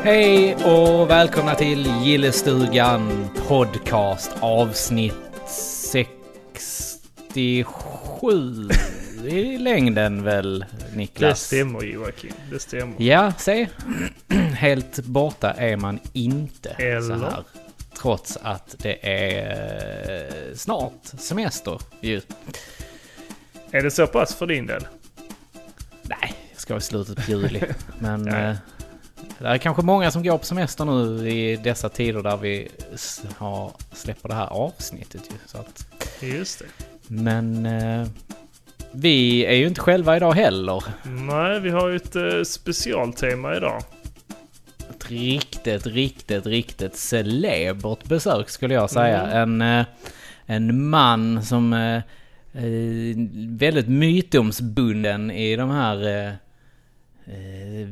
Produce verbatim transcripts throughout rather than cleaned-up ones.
Hej och välkomna till Gillestugan podcast avsnitt sextiosju i längden väl, Niklas? Det stämmer, Joakim, det stämmer. Ja, se. Helt borta är man inte. Eller? Så här. Trots att det är snart semester ju. Är det så pass för din del? Nej, jag ska i slutet på juli. Men eh, det är kanske många som går på semester nu i dessa tider där vi har släpper det här avsnittet ju. Så att, just det. men eh, vi är ju inte själva idag heller. Nej, vi har ju ett eh, specialtema idag. Ett riktigt, riktigt, riktigt celebert besök skulle jag säga. Mm. En, eh, en man som eh, eh, väldigt mytomsbunden i de här eh, eh,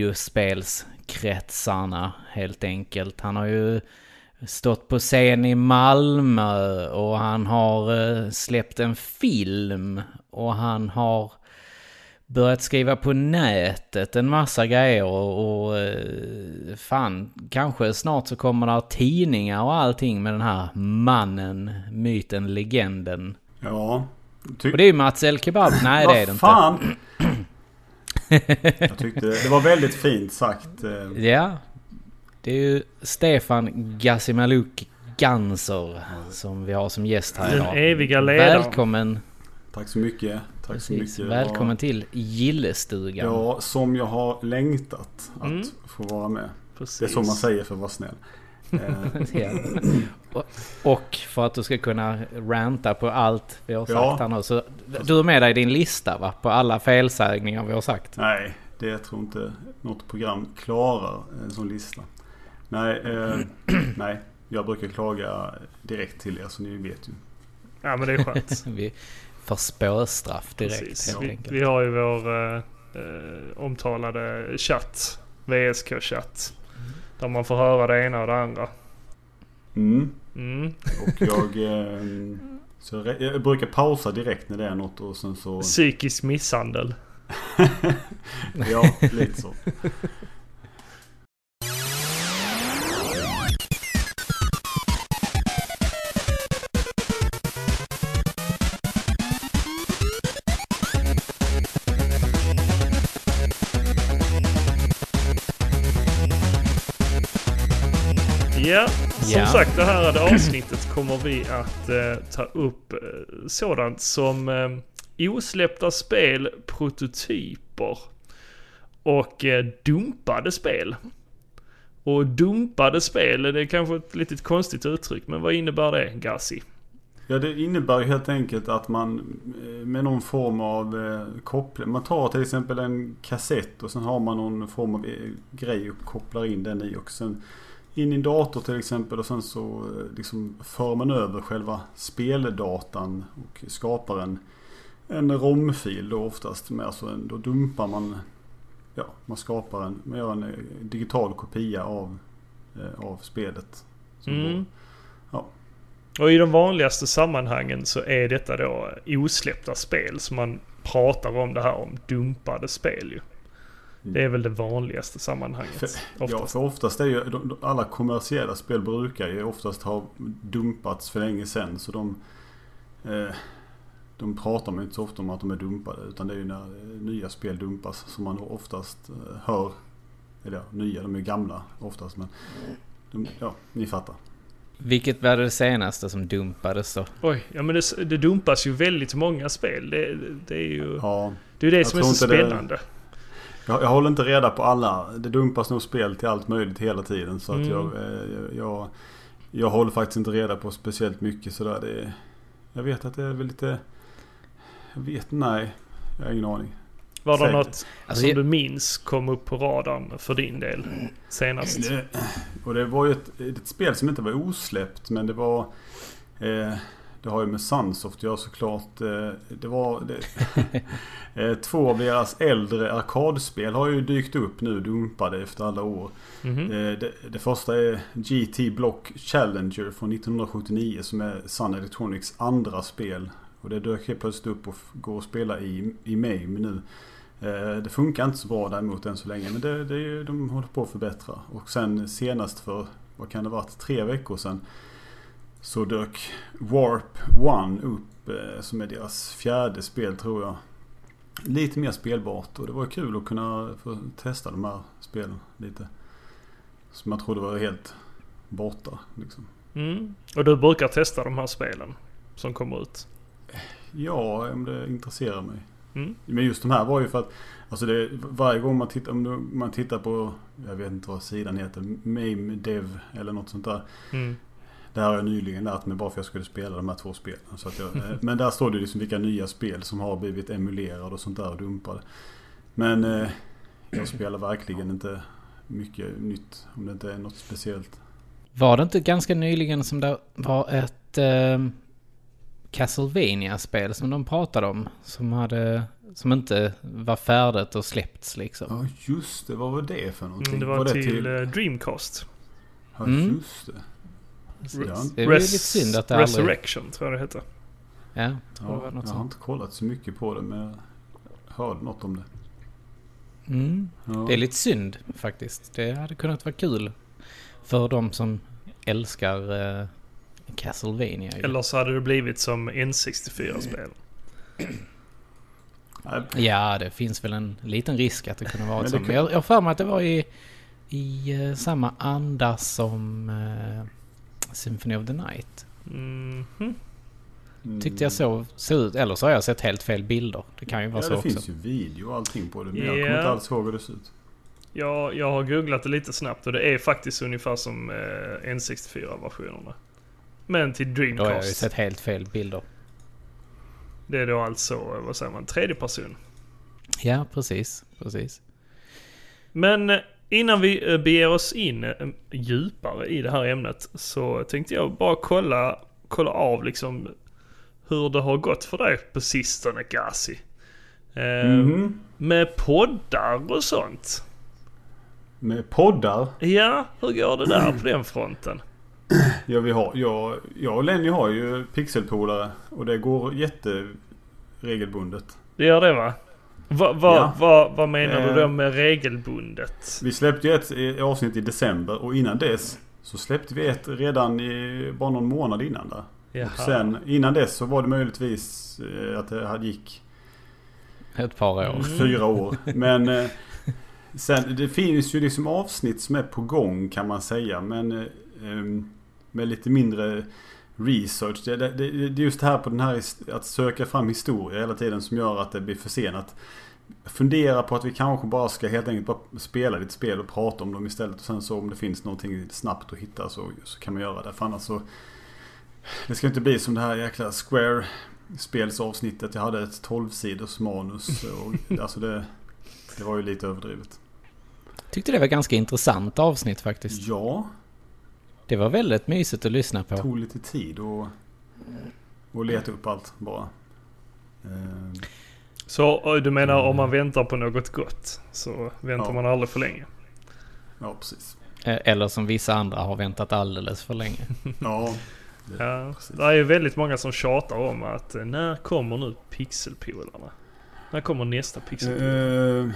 videospelskretsarna helt enkelt. Han har ju stått på scen i Malmö och han har eh, släppt en film och han har börjat skriva på nätet en massa grejer och, och fan, kanske snart så kommer det tidningar och allting med den här mannen, myten, legenden. Ja. Ty- och det är ju Mats El Kebab. Nej, det är det fan? Inte. Jag tyckte det var väldigt fint sagt. Ja. Det är ju Stefan Gazimaluk Ganser som vi har som gäst här idag. Den eviga ledaren. Välkommen. Tack så mycket. Tack Precis. så mycket. Välkommen ja. till Gillestugan. Ja, som jag har längtat att Mm. få vara med. Precis. Det är så man säger för att vara snäll. Ja. och, och för att du ska kunna ranta på allt vi har sagt Ja. här nu. Så du har med dig din lista, va? På alla felsägningar vi har sagt. Nej, det tror inte något program klarar en sån lista. Nej, eh, nej, jag brukar klaga direkt till er så ni vet ju. Ja, men det är skönt. Vi får spårstraff direkt. Precis. Helt Vi, enkelt. vi har ju vår eh, omtalade chatt, V S K-chatt. Där man får höra det ena och det andra. Mm. Mm. Och jag, eh, så re- jag brukar pausa direkt när det är något och sen så... Psykisk misshandel. Ja, lite så. Ja, som Ja. sagt, det här avsnittet kommer vi att eh, ta upp eh, sådant som eh, osläppta spel, prototyper och eh, dumpade spel. Och dumpade spel, det är kanske ett litet konstigt uttryck, men vad innebär det, Gassi? Ja, det innebär ju helt enkelt att man eh, med någon form av eh, koppling. Man tar till exempel en kassett och sen har man någon form av eh, grej och kopplar in den i och sen in i en dator till exempel och sen så eh, liksom för man över själva speldatan och skapar en, en romfil då oftast med, alltså en, då dumpar man, ja, man skapar en, man gör en eh, digital kopia av, eh, av spelet. Så Mm. då, ja. Och i de vanligaste sammanhangen så är detta då osläppta spel som man pratar om, det här om dumpade spel ju. Det är väl det vanligaste sammanhanget. För, oftast. ja, för oftast är ju de, alla kommersiella spel brukar ju oftast ha dumpats för länge sedan. Så de, eh, de pratar man inte så ofta om att de är dumpade. Utan det är ju när nya spel dumpas som man oftast eh, hör. Eller ja, nya, de är gamla oftast. Men de, ja, ni fattar. Vilket var det senaste som dumpades då? Oj, ja men det, det dumpas ju väldigt många spel. Det, det är ju Ja, det, är det jag som är tror så inte det- spännande. jag, jag håller inte reda på alla. Det dumpas nog spel till allt möjligt hela tiden. Så att Mm. jag, eh, jag, jag håller faktiskt inte reda på speciellt mycket sådär. Det, jag vet att det är väl lite... Jag vet, nej. Jag har ingen aning. Var det Säkert. något Alltså, som jag- du minns kom upp på radarn för din del senast? Det, och det var ju ett, ett spel som inte var osläppt, men det var... Eh, det har ju med Sunsoft att göra såklart. Eh, det var... Det, eh, två av deras äldre arkadspel har ju dykt upp nu, dumpade efter alla år. Mhm. Eh, det, det första är G T Block Challenger från nittonhundrasjuttionio som är Sun Electronics andra spel. Och det dök helt plötsligt upp och f- går att spela i, i MAME nu. Det funkar inte så bra däremot än så länge, men det, det är ju, de håller på att förbättra. Och sen senast för, vad kan det vara, tre veckor sedan så dök Warp One upp som är deras fjärde spel tror jag. Lite mer spelbart och det var kul att kunna få testa de här spelen lite. Som jag trodde var helt borta liksom. Mm. Och du brukar testa de här spelen som kommer ut? Ja, om det intresserar mig. Mm. Men just de här var ju för att alltså det, varje gång man tittar, om man tittar på, jag vet inte vad sidan heter, Mame Dev eller något sånt där. Mm. Det här har jag nyligen lärt mig bara för att jag skulle spela de här två spelen. Så att jag, men där står det liksom vilka nya spel som har blivit emulerade och sånt där och dumpade. Men eh, jag spelar verkligen inte mycket nytt om det inte är något speciellt. Var det inte ganska nyligen som det var ett eh, Castlevania-spel som de pratade om som hade som inte var färdigt och släppts liksom? Ja just det, vad var det för någonting? Mm, det var, var det till, till Dreamcast. Ja just det. Res- det är Res- lite synd att det Resurrection aldrig... tror jag det heter. Ja, ja det var något jag har inte kollat så mycket på det men jag hörde något om det. Mm. Ja. Det är lite synd faktiskt. Det hade kunnat vara kul för de som älskar uh, Castlevania. Eller så hade det blivit som N sextiofyra-spel. Ja, det finns väl en liten risk att det kunde vara så. Men jag har för mig att det var i, i uh, samma anda som uh, Symphony of the Night. Mm-hmm. Tyckte jag så, så ut. Eller så har jag sett helt fel bilder. Det kan ju vara ja, så det också. Det finns ju video och allting på det. Men yeah. jag kommer inte alls ihåg hur det ser ut. Ja, jag har googlat det lite snabbt. Och det är faktiskt ungefär som eh, N sextiofyra-versionerna. Men till Dreamcast. Då har jag ju sett helt fel bilder. Det är då alltså, vad säger man, tredje person. Ja, precis. precis. Men innan vi beger oss in djupare i det här ämnet så tänkte jag bara kolla, kolla av liksom hur det har gått för dig på sistone, Gazi. Eh, mm-hmm. Med poddar och sånt. Med poddar? Ja, hur går det där på den fronten? Ja, vi har, jag, jag och Lenny har ju pixelpolare och det går jätteregelbundet. Det gör det va? Va, va, ja. va, vad menar eh, du då med regelbundet? Vi släppte ju ett avsnitt i december och innan dess så släppte vi ett redan i bara någon månad innan där. Jaha. Och sen innan dess så var det möjligtvis eh, att det gick ett par år. Mm. Fyra år. Men eh, sen det finns ju liksom avsnitt som är på gång kan man säga. Men eh, med lite mindre research. Det, det, det är just här på den här att söka fram historia hela tiden som gör att det blir försenat. Fundera på att vi kanske bara ska helt enkelt bara spela lite spel och prata om dem istället. Och sen så om det finns någonting snabbt att hitta så, så kan man göra det. För annars så det ska inte bli som det här jäkla Square-spelsavsnittet. Jag hade ett tolv-sidors manus. Och, alltså det, det var ju lite överdrivet. Tyckte det var ganska intressant avsnitt faktiskt. Ja. Det var väldigt mysigt att lyssna på. Det tog lite tid och, och leta upp allt bara. Um. Så du menar om man väntar på något gott så väntar ja. man aldrig för länge? Ja, precis. Eller som vissa andra har väntat alldeles för länge. Ja. Det, ja, det är ju väldigt många som tjatar om att när kommer nu pixelpolarna? När kommer nästa pixelpolar? Uh,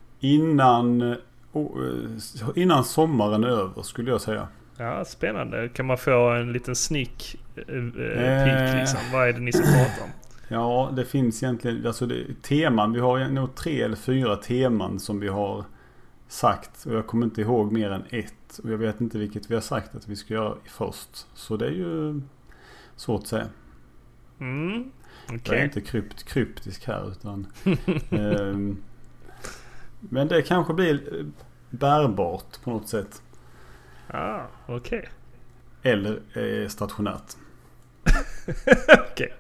innan uh, innan sommaren är över skulle jag säga. Ja, spännande. Kan man få en liten sneak uh, uh, peek liksom? Vad är det ni ska prata om? Ja, det finns egentligen alltså det, teman. Vi har nog tre eller fyra teman som vi har sagt. Och jag kommer inte ihåg mer än ett. Och jag vet inte vilket vi har sagt att vi ska göra först. Så det är ju svårt att säga. Mm, okay. Jag är inte krypt, kryptisk här. Utan, eh, men det kanske blir bärbart på något sätt. Ah, okej. Okay. Eller eh, stationärt. Okej.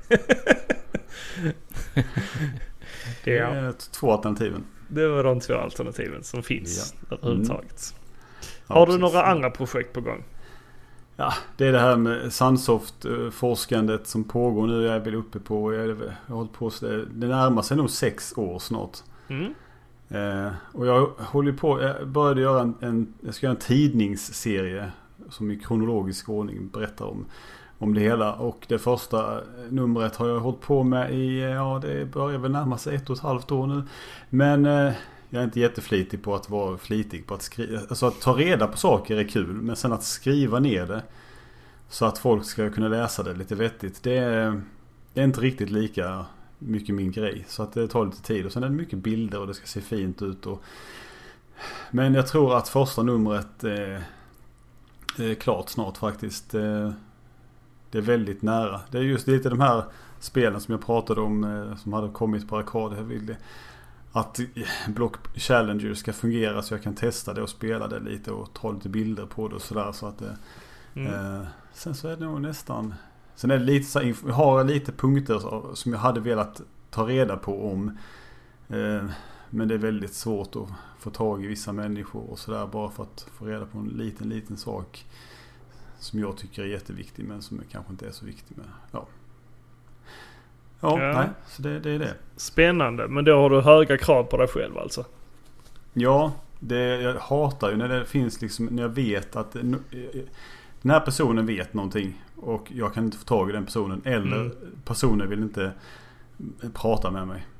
Det är två alternativen. Det var de två alternativen som finns ja. överhuvudtaget. Mm. Ja, Har du precis. några andra projekt på gång? Ja, det är det här med Sunsoft-forskandet som pågår nu. Jag är väl uppe på, jag har hållit på så det, det närmar sig nog sex år snart. Mm. Eh, och jag håller på, jag började göra en, en, jag ska göra en tidningsserie som i kronologisk ordning berättar om om det hela. Och det första numret har jag hållit på med i, ja det börjar väl närma sig ett och ett halvt år nu. Men eh, jag är inte jätteflitig på att vara flitig på att skriva. Alltså att ta reda på saker är kul, men sen att skriva ner det så att folk ska kunna läsa det lite vettigt, det är, det är inte riktigt lika mycket min grej. Så att det tar lite tid, och sen är det mycket bilder och det ska se fint ut. Och... Men jag tror att första numret är, är klart snart faktiskt. Det är väldigt nära. Det är just lite de här spelen som jag pratade om som hade kommit på arkad. Jag vill att Block Challenger ska fungera så jag kan testa det och spela det lite och ta lite bilder på det och sådär. Så att det, mm. eh, sen så är det nog nästan... Sen är det lite så här, jag har lite punkter som jag hade velat ta reda på om. Eh, men det är väldigt svårt att få tag i vissa människor och sådär, bara för att få reda på en liten, liten sak som jag tycker är jätteviktig men som kanske inte är så viktig med. Ja, ja, ja. Nej, så det, det är det. Spännande, men då har du höga krav på dig själv alltså? Ja, det, jag hatar ju när det finns liksom, när jag vet att den här personen vet någonting och jag kan inte få tag i den personen, eller mm. personen vill inte prata med mig.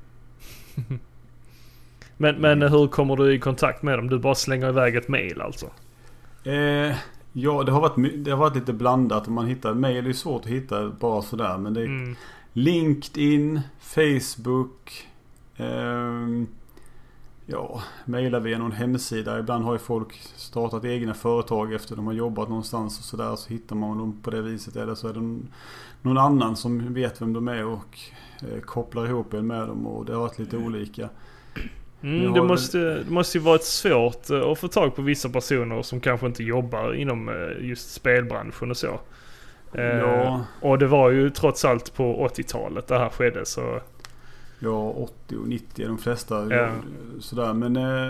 men, men hur kommer du i kontakt med dem? Du bara slänger iväg ett mail alltså? Eh, ja, det har, varit, det har varit lite blandat. Om man hittar mail, det är svårt att hitta bara sådär, men det är mm. LinkedIn, Facebook, eh, ja, mailar via någon hemsida. Ibland har ju folk startat egna företag efter de har jobbat någonstans och sådär, så hittar man dem på det viset. Eller så är det någon annan som vet vem de är och eh, kopplar ihop en med dem, och det har varit lite olika. Mm, det, måste, det måste ju varit svårt att få tag på vissa personer som kanske inte jobbar inom just spelbranschen och så. Ja. Eh, och det var ju trots allt på åttiotalet det här skedde, så... Ja, åttio och nittio de flesta. Ja. Sådär, men eh,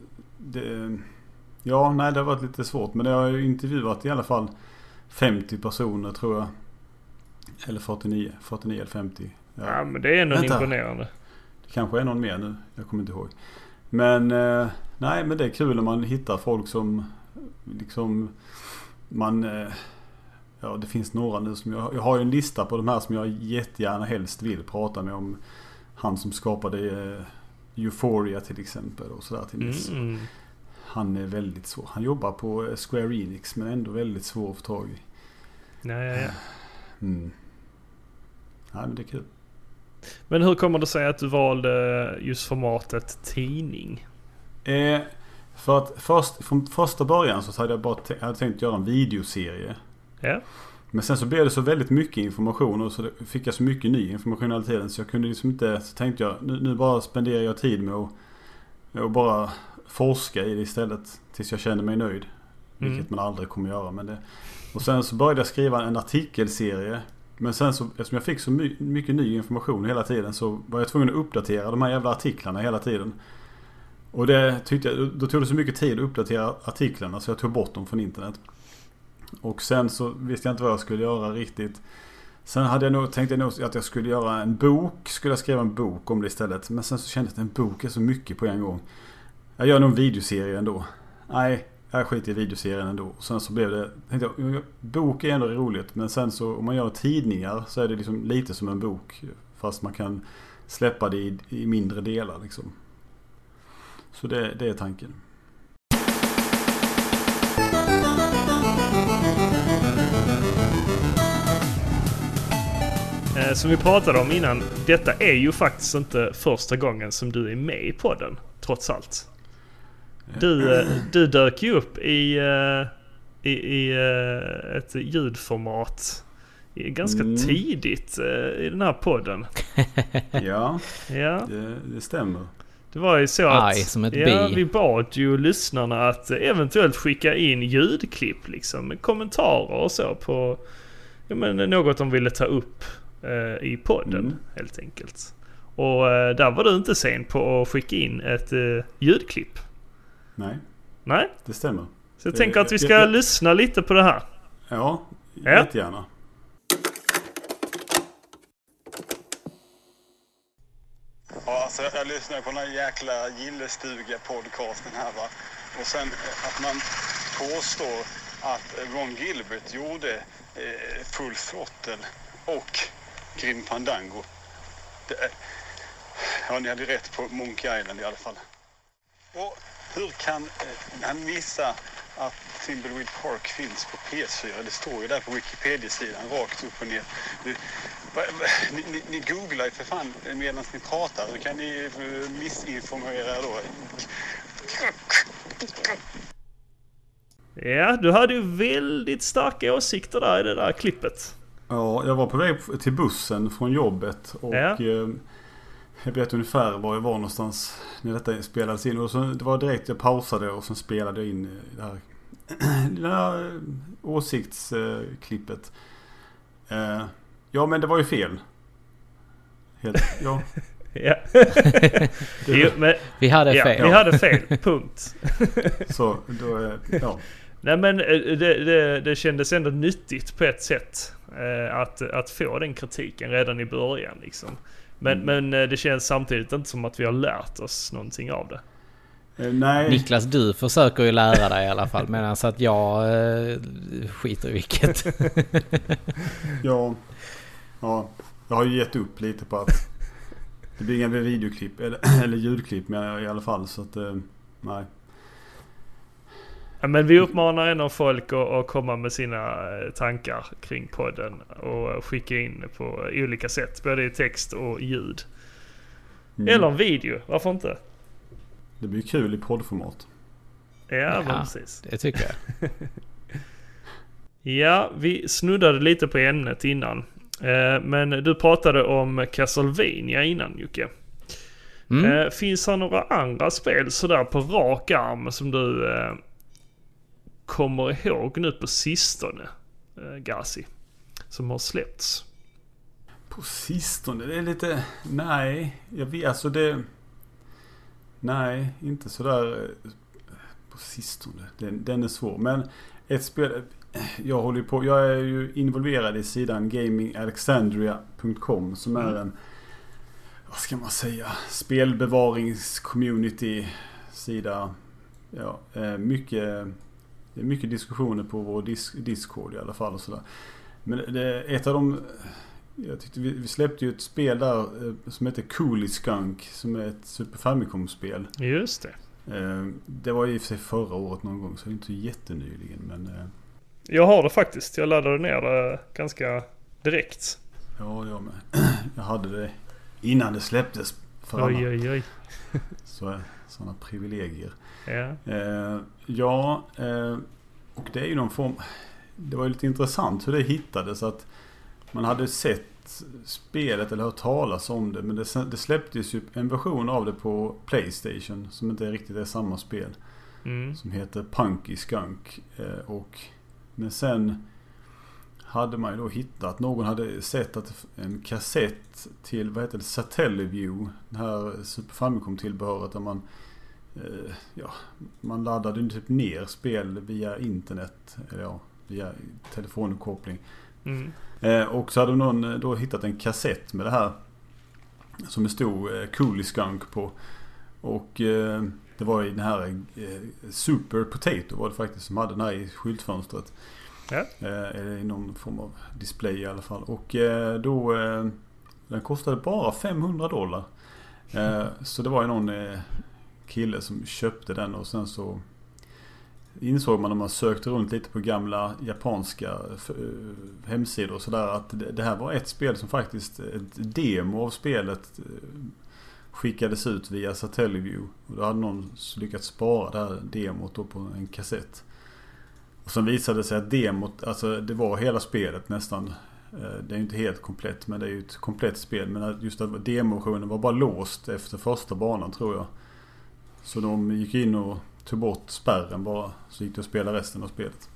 det, ja, nej, det har varit lite svårt. Men jag har ju intervjuat i alla fall femtio personer, tror jag. Eller fyrtionio, fyrtionio eller femtio. Ja, ja, men det är ändå imponerande. Det kanske är någon mer nu, jag kommer inte ihåg. Men eh, nej, men det är kul när man hittar folk som liksom man eh, ja, det finns några nu som jag, jag har ju en lista på de här som jag jättegärna helst vill prata med, om han som skapade eh, Euphoria till exempel och sådär till Nils. Mm. Han är väldigt svår. Han jobbar på Square Enix, men ändå väldigt svår att få tag i. Nej, ja, ja. Mm. Nej, men det är kul. Men hur kommer det sig att du valde just formatet tidning? Eh, för att först, från första början så hade jag bara t- hade tänkt göra en videoserie. Ja. Men sen så blev det så väldigt mycket information, och så fick jag så mycket ny information hela tiden, så jag kunde liksom inte, så tänkte jag nu, nu bara spenderar jag tid med att, med att bara forska i det istället tills jag känner mig nöjd. Mm. Vilket man aldrig kommer göra. Men det, och sen så började jag skriva en artikelserie. Men sen så, eftersom jag fick så my- mycket ny information hela tiden, så var jag tvungen att uppdatera de här jävla artiklarna hela tiden. Och det tyckte jag, då tog det så mycket tid att uppdatera artiklarna, så jag tog bort dem från internet. Och sen så visste jag inte vad jag skulle göra riktigt. Sen hade jag nog, tänkte jag nog att jag skulle göra en bok. Skulle jag skriva en bok om det istället. Men sen så kände jag att en bok är så mycket på en gång. Jag gör nog en videoserie ändå. Nej, jag skiter i videoserien ändå. Och sen så blev det, tänkte jag, bok är ändå roligt. Men sen så, om man gör tidningar så är det liksom lite som en bok. Fast man kan släppa det i, i mindre delar liksom. Så det, det är tanken. Som vi pratade om innan, detta är ju faktiskt inte första gången som du är med i podden, trots allt. Du, du dök ju upp i, i, i ett ljudformat ganska mm. tidigt i den här podden. Ja, ja. Det, det stämmer. Det var ju så att Aj, som ett ja, bi. vi bad ju lyssnarna att eventuellt skicka in ljudklipp liksom, med kommentarer och så på ja, men något de ville ta upp eh, i podden mm. helt enkelt. Och eh, där var du inte sen på att skicka in ett eh, ljudklipp. Nej. Nej, det stämmer. Så jag det, tänker att vi ska jag, jag, lyssna lite på det här. Ja, jättegärna. Ja, alltså jag lyssnar på den här jäkla Gillestuga-podcasten här va. Och sen att man påstår att Ron Gilbert gjorde eh, Full Throttle och Grim Fandango. Det, ja, ni hade rätt på Monkey Island i alla fall. Och hur kan eh, han missa att Thimbleweed Park finns på P S fyra? Det står ju där på Wikipedia-sidan, rakt upp och ner. Du, va, va, ni, ni, ni googlar ju för fan medan ni pratar. Då kan ni missinformera då. Ja, du hade ju väldigt starka åsikter där i det där klippet. Ja, jag var på väg till bussen från jobbet och ja. eh, jag vet ungefär var jag var någonstans när detta spelades in. Och så, det var direkt jag pausade och så spelade jag in det här, det här åsiktsklippet. Eh, ja, men det var ju fel. Helt, ja. ja. jo, men, vi hade ja, fel. Vi hade fel, punkt. så, då, ja. Nej, men det, det, det kändes ändå nyttigt på ett sätt eh, att, att få den kritiken redan i början liksom. Men, mm. men det känns samtidigt inte som att vi har lärt oss någonting av det. Eh, nej. Niklas, du försöker ju lära dig i alla fall, medan så att jag eh, skiter i vilket. ja. ja, jag har ju gett upp lite på att det blir inga videoklipp eller, eller ljudklipp med i alla fall, så att eh, nej. Ja, men vi uppmanar ändå folk att, att komma med sina tankar kring podden och skicka in på olika sätt, både i text och ljud. Mm. Eller en video, varför inte? Det blir kul i poddformat. Ja, ja men precis. Det tycker jag. Ja, vi snuddade lite på ämnet innan. Men du pratade om Castlevania innan, Jocke. Mm. Finns det några andra spel sådär på rak arm som du kommer ihåg nu på sistone, Gazi, som har släppts? På sistone? Det är lite... Nej, jag vet alltså det... Nej, inte sådär på sistone. Den, den är svår. Men ett spel... Jag håller på... Jag är ju involverad i sidan gaming alexandria punkt com som är en... Vad ska man säga? Spelbevarings-community-sida. Ja, mycket... Det är mycket diskussioner på vår dis- Discord i alla fall och sådär. Men det är ett av de... Jag tyckte vi, vi släppte ju ett spel där eh, som heter Coolie Skunk, som är ett Super Famicom-spel. Just det. Eh, det var i och för sig förra året någon gång, så det är inte jättenyligen. Men, eh, jag har det faktiskt. Jag laddade ner det ganska direkt. Ja, jag med. Jag hade det innan det släpptes för oj, alla. oj, oj. Så, sådana privilegier. Ja, eh, ja eh, och det är ju någon form... Det var ju lite intressant hur det hittades, att man hade sett spelet eller hört talas om det, men det, det släpptes ju en version av det på PlayStation som inte riktigt är samma spel. Mm. Som heter Punky Skunk. Eh, och, men sen hade man ju då hittat, någon hade sett att en kassett till, vad heter det, Satellaview, det här Super Famicom-tillbehöret där man eh, ja, man laddade ju typ ner spel via internet, eller ja, via telefonuppkoppling. Mm. Eh, och så hade någon då hittat en kassett med det här som det stod eh, Coolie Skunk på. Och eh, det var i den här eh, Super Potato var det faktiskt som hade den här i skyltfönstret. Ja. Eh, eller i någon form av display i alla fall. Och eh, då eh, den kostade bara femhundra dollar. Eh, så det var ju någon eh, kille som köpte den, och sen så insåg man när man sökte runt lite på gamla japanska hemsidor och sådär att det här var ett spel som faktiskt, ett demo av spelet skickades ut via Satellaview, och då hade någon lyckats spara det här demot då på en kassett. Och sen visade det sig att demot, alltså det var hela spelet nästan. Det är ju inte helt komplett, men det är ju ett komplett spel, men just att demoversionen var bara låst efter första banan, tror jag. Så de gick in och tog bort spärren bara, så gick det att spela resten av spelet.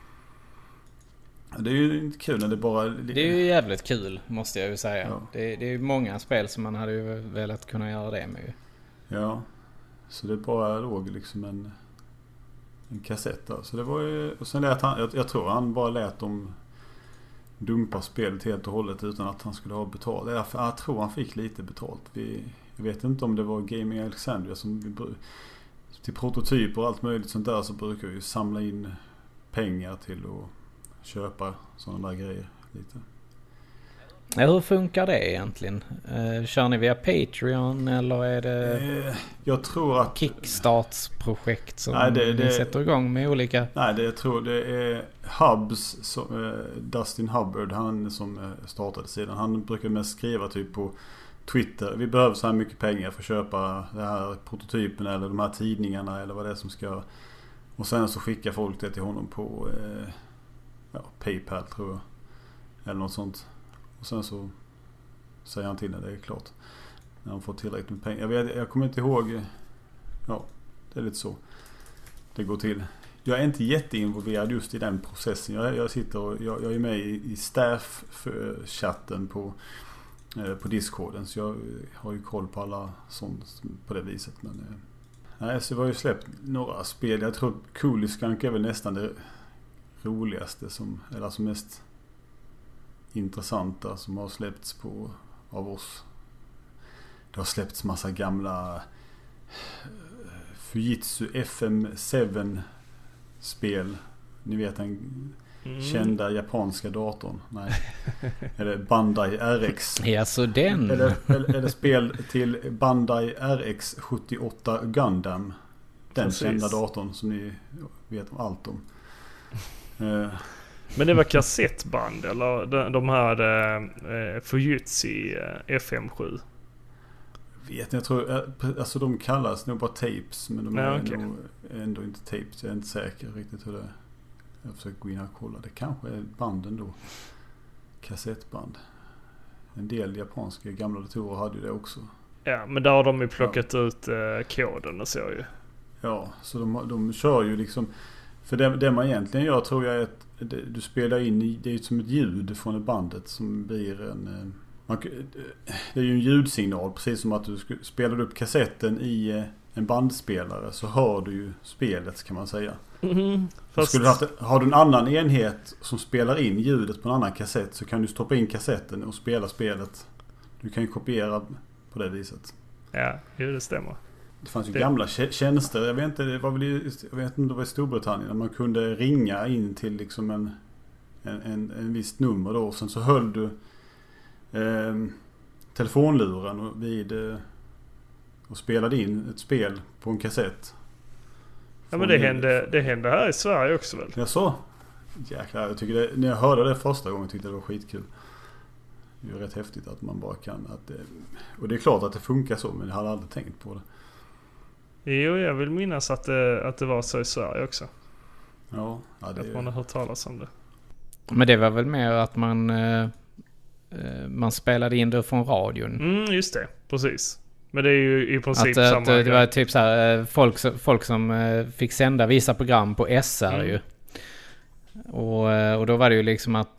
Det är ju inte kul när det bara... Det är ju jävligt kul, måste jag ju säga. Ja. Det, det är ju många spel som man hade ju velat kunna göra det med. Ja, så det bara låg liksom en, en kassett där. Så det var ju... Och sen lät han... Jag, jag tror han bara lät dem dumpa spelet helt och hållet utan att han skulle ha betalt. Jag, jag tror han fick lite betalt. Vi, jag vet inte om det var Gaming Alexandria som... Vi, till prototyper och allt möjligt sånt där så brukar vi samla in pengar till att köpa sådana där grejer lite. Ja, hur funkar det egentligen? Uh, kör ni via Patreon eller är det eh, jag tror att Kickstarts-projekt som nej, det, det, ni sätter igång med olika? Nej, det jag tror det är Hubs, som, uh, Dustin Hubbard, han som uh, startade sidan. Han brukar mest skriva typ på Twitter. Vi behöver så här mycket pengar för att köpa den här prototypen eller de här tidningarna eller vad det är som ska. Och sen så skickar folk det till honom på uh, ja, PayPal tror jag. Eller något sånt. Och sen så säger han till när det är klart. När han får tillräckligt med pengar. Jag, vet, jag kommer inte ihåg. Ja, det är lite så det går till. Jag är inte jätteinvolverad just i den processen. Jag, jag sitter och jag, jag är med i, i staff-chatten på, eh, på Discorden. Så jag har ju koll på alla sånt på det viset. Men, eh, nej, så jag har ju släppt några spel. Jag tror Cooley Skunk är väl nästan det roligaste som, eller som mest intressanta som har släppts på av oss. Det har släppts massa gamla Fujitsu F M sju spel. Ni vet den mm. kända japanska datorn. Nej. Eller Bandai R X. Ja, så den. Eller, eller, eller spel till Bandai R X sjuttioåtta Gundam. Den Precis. Kända datorn som ni vet allt om. Uh, Men det var kassettband eller de, de här eh, Fujitsu eh, F M sju? Vet jag tror alltså de kallas nog bara tapes, men de ja, är okay. nog ändå inte tapes. Jag är inte säker riktigt hur det är. Jag försöker gå in och kolla. Det kanske är banden då. Kassettband. En del japanska gamla datorer hade ju det också. Ja, men där har de ju plockat ja. ut eh, koden och så ju. Ja, så de, de kör ju liksom. För det, det man egentligen gör tror jag är att det, du spelar in i, det är som ett ljud från ett bandet som blir en man, det är ju en ljudsignal precis som att du spelar upp kassetten i en bandspelare så hör du ju spelet kan man säga. Mm, fast... Skulle du haft, har du en annan enhet som spelar in ljudet på en annan kassett så kan du stoppa in kassetten och spela spelet. Du kan ju kopiera på det viset. Ja, det stämmer. Det fanns ju det... gamla tjänster. Jag vet inte, det var väl i, jag vet inte om det var i Storbritannien. Där man kunde ringa in till liksom en, en, en, en viss nummer då. Och sen så höll du eh, telefonluren och, vid, eh, och spelade in ett spel på en kassett. Ja, men det hände, det hände här i Sverige också väl? Jag så. Jäklar, jag tycker det, när jag hörde det första gången tyckte jag det var skitkul. Det är ju rätt häftigt att man bara kan. Att det, och det är klart att det funkar så, men jag hade aldrig tänkt på det. Jo, jag vill minnas att det, att det var så i Sverige också. Ja, ja det att man har hört talas om det. Men det var väl mer att man eh, man spelade in det från radion. Mm, just det. Precis. Men det är ju i princip att, samma. Att, det var typ så här folk, folk som fick sända vissa program på S R mm. ju. Och, och då var det ju liksom att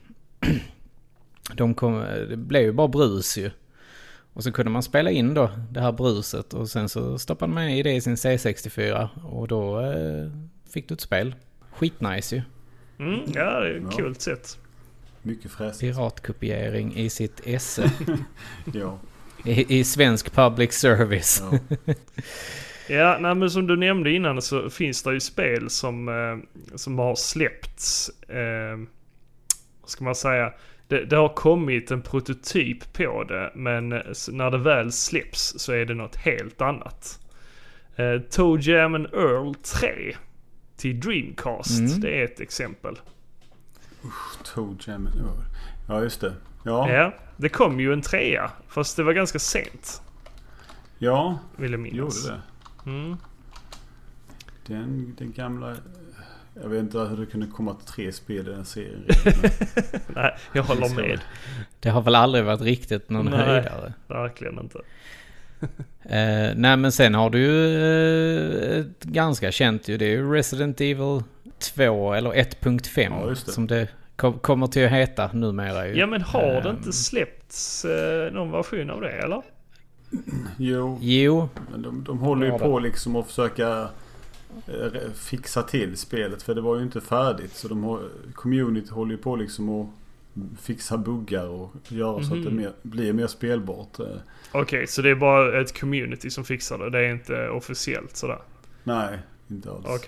de kom, det blev ju bara brus ju. Och så kunde man spela in då det här bruset och sen så stoppade man i det i sin C sextiofyra och då eh, fick du ett spel. Skitnice ju. Mm, ja, det är ett kul sätt. Mycket fräsigt. Piratkopiering i sitt esse. Ja. I, I svensk public service. Ja. Ja, nej, men som du nämnde innan så finns det ju spel som, eh, som har släppts. Eh, vad ska man säga? Det, det har kommit en prototyp på det, men när det väl släpps så är det något helt annat. Eh, Toe Jam and Earl tre till Dreamcast, mm. det är ett exempel. Usch, Toe Jam and Earl. Ja, just det. Ja. ja, det kom ju en trea, fast det var ganska sent. Ja, vill jag minnas. Gjorde det. Mm. Den, den gamla... Jag vet inte hur det kunde komma till tre spel i den serien. Nej, jag håller med. Det har väl aldrig varit riktigt någon nej, höjdare. Verkligen inte. eh, nej, men sen har du ju eh, ganska känt ju. Det är ju Resident Evil två eller ett punkt fem ja, det. Som det kom, kommer till att heta numera ju. Ja, men har eh, det inte släppts eh, någon version av det, eller? Jo. Jo. Men de, de håller ju på liksom att försöka fixa till spelet, för det var ju inte färdigt, så de har, community håller ju på liksom att fixa buggar och göra mm-hmm. så att det mer, blir mer spelbart. Okej, okay, så det är bara ett community som fixar det, det är inte officiellt sådär? Nej, inte alls. Okej. Okay.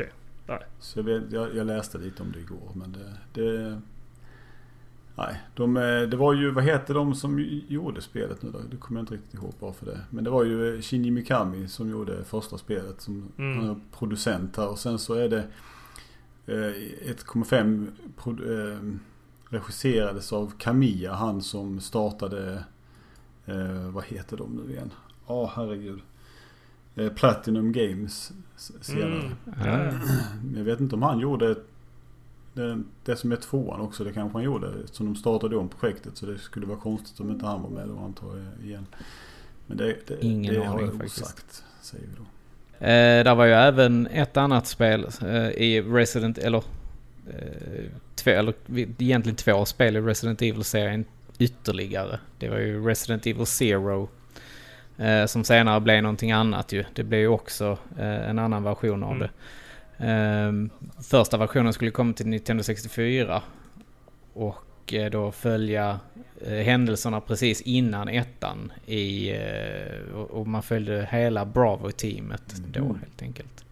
Nej. Så jag, vet, jag, jag läste lite om det igår, men det... det nej, de, det var ju, vad heter de som gjorde spelet nu då? Det kommer jag inte riktigt ihåg bara för det. Men det var ju Shinji Mikami som gjorde första spelet, som mm. han är producent här. Och sen så är det eh, ett komma fem pro- eh, regisserades av Kamiya, han som startade, eh, vad heter de nu igen? Ja, oh, herregud. Eh, Platinum Games senare. Mm. Mm. Jag vet inte om han gjorde det, det som är tvåan också, det kanske han gjorde, som de startade om projektet, så det skulle vara konstigt om inte han var med då, antar jag igen. Men det, det, Ingen det aning, har jag faktiskt. Osagt, säger vi då. Eh, där var ju även ett annat spel eh, i Resident, eller, eh, två, eller egentligen två spel i Resident Evil-serien ytterligare. Det var ju Resident Evil Zero eh, som senare blev någonting annat ju. Det blev ju också eh, en annan version av mm. det. Um, första versionen skulle komma till Nintendo sextiofyra och uh, då följa uh, händelserna precis innan ettan i, uh, och, och man följde hela Bravo-teamet mm. då helt enkelt.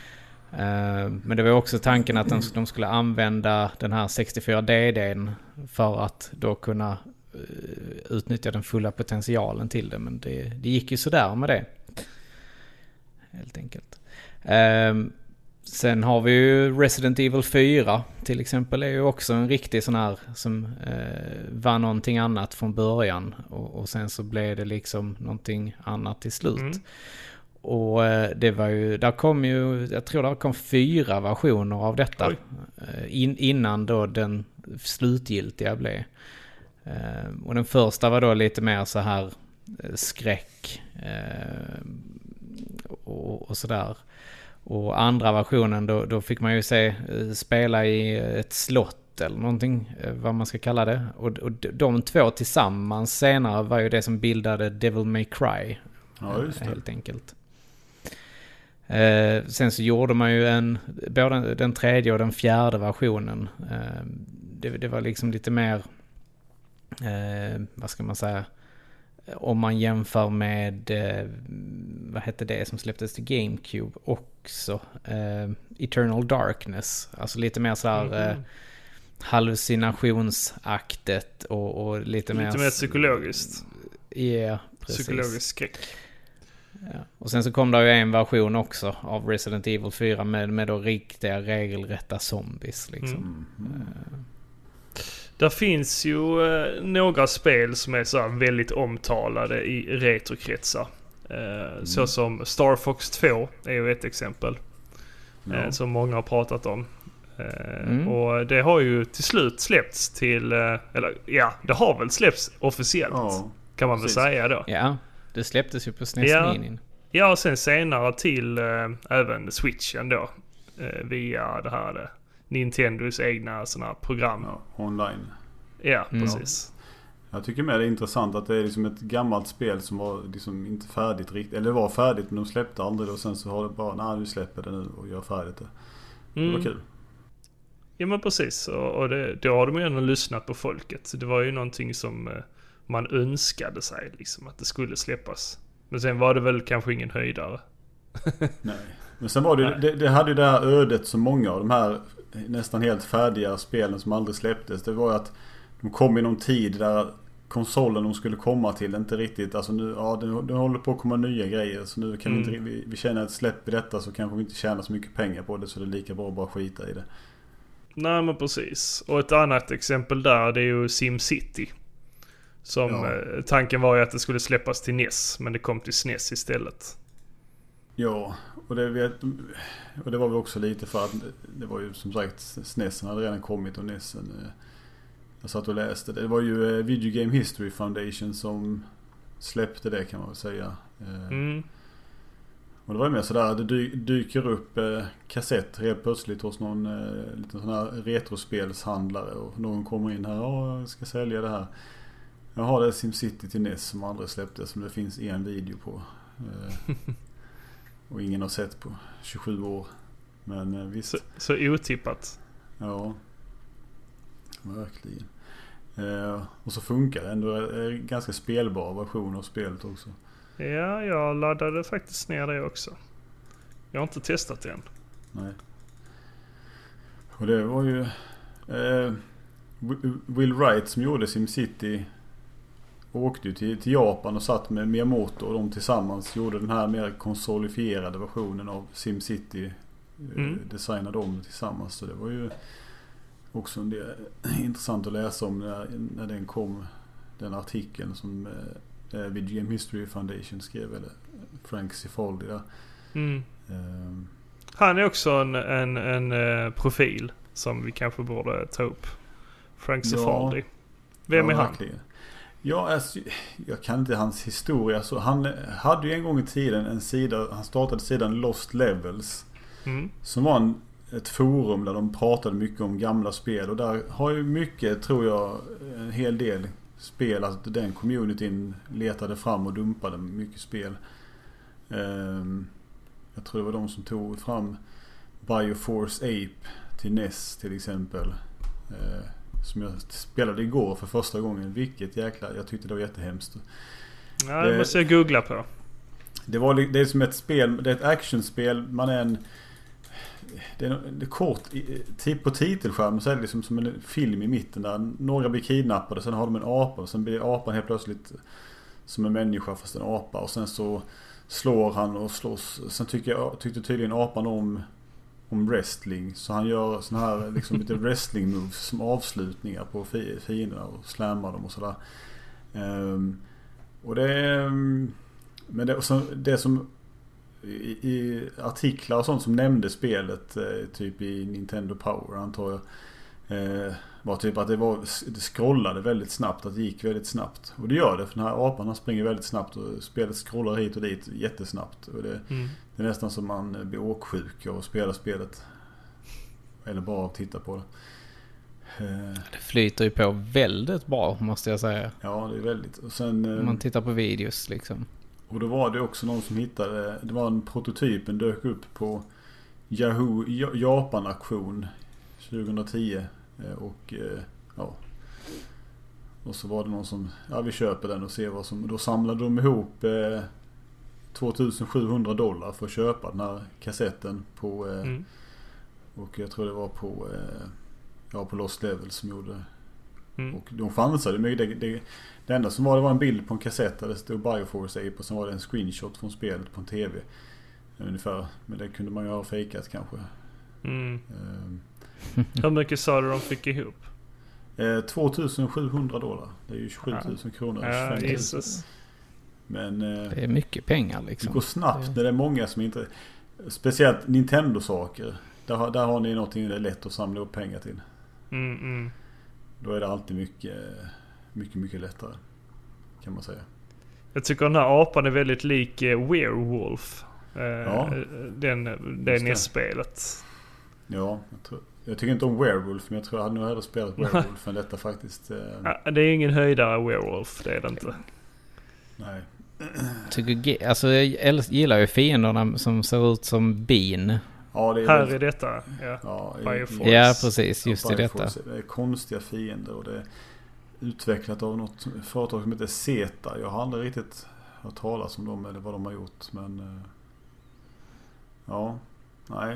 Uh, men det var också tanken att de, de skulle använda den här sextiofyra D-den för att då kunna uh, utnyttja den fulla potentialen till det, men det, det gick ju sådär med det helt enkelt. Uh, Sen har vi ju Resident Evil fyra till exempel, är ju också en riktig sån här som eh, var någonting annat från början och, och sen så blev det liksom någonting annat till slut. Mm. Och eh, det var ju, där kom ju, jag tror det kom fyra versioner av detta eh, in, innan då den slutgiltiga blev. Eh, och den första var då lite mer så här eh, skräck eh, och, och sådär. Och andra versionen då, då fick man ju se eh, spela i ett slott eller någonting, eh, vad man ska kalla det. Och, och de två tillsammans senare var ju det som bildade Devil May Cry. Ja, just det. Helt enkelt. Eh, sen så gjorde man ju en, både den tredje och den fjärde versionen. Eh, det, det var liksom lite mer, eh, vad ska man säga, om man jämför med eh, vad hette det som släpptes till GameCube också, eh, Eternal Darkness, alltså lite mer så här mm. eh, hallucinationsaktet och, och lite, lite mer lite mer psykologiskt. Ja, yeah, precis. Psykologisk skräck. Ja. Och sen så kom det ju en version också av Resident Evil fyra med, med då riktiga regelrätta zombies liksom. Mm. Uh, Där finns ju eh, några spel som är så här väldigt omtalade i retrokretsar. Eh, mm. Så som Star Fox två är ju ett exempel. Ja. Eh, som många har pratat om. Eh, mm. Och det har ju till slut släppts till, eh, eller ja, det har väl släppts officiellt. Ja, kan man precis. väl säga då. Ja, det släpptes ju på S N E S ja. Mini. Ja, och sen senare till eh, även Switchen då. Eh, via det här det. Nintendos egna sådana program. Ja, online. Ja, precis. Ja. Jag tycker med det är intressant att det är liksom ett gammalt spel som var liksom inte färdigt riktigt. Eller det var färdigt men de släppte aldrig och sen så har det bara, nej vi släpper det nu och gör färdigt det. Det var mm. kul. Ja men precis. Och, och det, då har de ju ändå lyssnat på folket. Så det var ju någonting som eh, man önskade sig liksom att det skulle släppas. Men sen var det väl kanske ingen höjdare. Nej. Men sen var det, det, det hade ju det här ödet som många av de här nästan helt färdiga spelen som aldrig släpptes. Det var ju att de kom i någon tid där konsolen de skulle komma till inte riktigt, alltså nu, ja den, den håller på att komma nya grejer så nu kan mm. vi inte, vi, vi känner att släpper detta så kanske vi inte tjänar så mycket pengar på det så det är lika bra att bara skita i det. Nej men precis. Och ett annat exempel där det är ju SimCity. Som ja. eh, tanken var ju att det skulle släppas till N E S men det kom till S N E S istället. Ja, och det, vet, och det var vi också lite för att det var ju som sagt S N E S hade redan kommit och N E S jag satt och läste. Det var ju Video Game History Foundation som släppte det kan man väl säga. Mm. Och det var ju mer sådär, det dy- dyker upp eh, kassett helt plötsligt hos någon eh, liten sån här retrospelshandlare och någon kommer in här och jag ska sälja det här. Jag har det SimCity till N E S som aldrig släpptes som det finns en video på. Eh, och ingen har sett på tjugosju år. Men eh, visst. Så, så otippat. Ja. Verkligen. Eh, och så funkar det ändå. Det är en ganska spelbar version av spelet också. Ja, jag laddade faktiskt ner det också. Jag har inte testat det än. Nej. Och det var ju eh, Will Wright som gjorde SimCity åkte ju till, till Japan och satt med Miyamoto och de tillsammans gjorde den här mer konsolifierade versionen av SimCity. Mm. Designade dem tillsammans. Så det var ju också en del intressant att läsa om när, när den kom, den artikeln som eh, Video Game History Foundation skrev, eller Frank Cifaldi där. Mm. Um, Han är också en, en, en uh, profil som vi kanske borde ta upp. Frank Cifaldi. Ja, Vem ja, är han? Verkligen. Ja, alltså, jag kan inte hans historia. Så han hade ju en gång i tiden en sida, han startade sidan Lost Levels. Mm. Som var en, ett forum där de pratade mycket om gamla spel. Och där har ju mycket, tror jag, en hel del spel. Alltså den communityn letade fram och dumpade mycket spel. Um, jag tror det var de som tog fram Bioforce Ape till N E S till exempel. Uh, som jag spelade igår för första gången. Vilket jäkla, jag tyckte det var jättehemskt. Ja, det måste jag googla på. Det, var, det är som ett spel, det är ett actionspel. Man är en det är, det är kort på titelskärmen så är det liksom som en film i mitten där några blir kidnappade, sen har de en apa och sen blir apan helt plötsligt som en människa fast en apa och sen så slår han och slåss. Sen tycker jag, tyckte tydligen apan om om wrestling, så han gör sån här liksom lite wrestling moves som avslutningar på fienderna och slammar dem och sådär. Um, och det men det, och så, det som i, i artiklar och sånt som nämnde spelet eh, typ i Nintendo Power antar jag eh, var typ att det var det scrollade väldigt snabbt, att det gick väldigt snabbt, och det gör det för den här apan, han springer väldigt snabbt och spelet scrollar hit och dit jättesnabbt, och det, mm. det är nästan som man blir åksjuk av att spela spelet eller bara titta på det. eh, det flyter ju på väldigt bra, måste jag säga. Ja, det är väldigt, och sen eh, om man tittar på videos liksom. Och då var det också någon som hittade, det var en prototypen dök upp på Yahoo Japan-aktion tjugohundratio och ja, och så var det någon som, ja vi köper den och ser vad som, då samlade de ihop eh, tvåtusensjuhundra dollar för att köpa den här kassetten på eh, mm. och jag tror det var på eh, ja på Lost Levels som gjorde mm. och de chansade mycket. Det, det, det enda som var, det var en bild på en kassett där det stod Bioforce Ape och sen var det en screenshot från spelet på en tv ungefär, men det kunde man ju ha fejkat kanske. Mm. um, Hur mycket sa du de fick ihop? Eh, tvåtusensjuhundra dollar. Det är ju tjugotusen ja. kronor. Ja, Jesus. Men eh, det är mycket pengar liksom. Det går snabbt det... när det är många som inte, speciellt Nintendo-saker. Där, där har ni någonting det är lätt att samla upp pengar till. Mm, mm. Då är det alltid mycket mycket, mycket lättare, kan man säga. Jag tycker den här apan är väldigt lik eh, Werewolf. Eh, ja. Den, det N E S-spelet. Ja, jag, tror, jag tycker inte om Werewolf, men jag tror jag hade nog hellre spelat Werewolf än detta faktiskt. Ja, det är ingen höjdare Werewolf, det är det inte. Nej. Tycker, alltså, jag gillar ju fienderna som ser ut som bin. Ja, det är här väldigt, är detta. Ja, ja, Bioforce. Ja precis, just ja, i detta. Det är konstiga fiender och det är utvecklat av något företag som heter Zeta. Jag har aldrig riktigt hört talas om dem eller vad de har gjort, men ja, nej.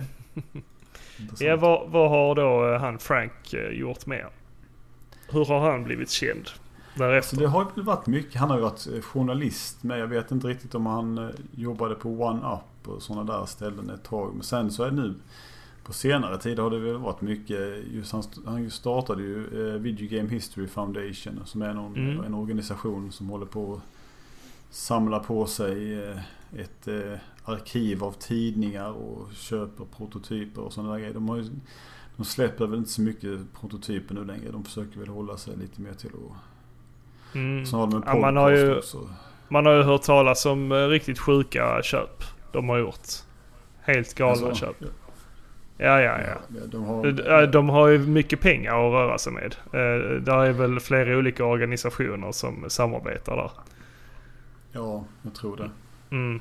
Ja, vad, vad har då han Frank gjort med? Hur har han blivit känd därefter? Alltså det har ju varit mycket. Han har ju varit journalist, men jag vet inte riktigt om han jobbade på One Up och sådana där ställen ett tag. Men sen så är det nu på senare tid har det väl varit mycket. Just han, han startade ju eh, Video Game History Foundation som är någon, mm. en organisation som håller på att samla på sig eh, ett eh, arkiv av tidningar och köper prototyper och sådana där grejer. De, har ju, de släpper väl inte så mycket prototyper nu längre. De försöker väl hålla sig lite mer till att... Mm. Så har de en ja, man, har ju, man har ju hört talas om uh, riktigt sjuka köp de har gjort. Helt galna alltså, köp. Ja, ja, ja. ja de, har, de, de har ju mycket pengar att röra sig med. Uh, där är väl flera olika organisationer som samarbetar där. Ja, jag tror det. Mm.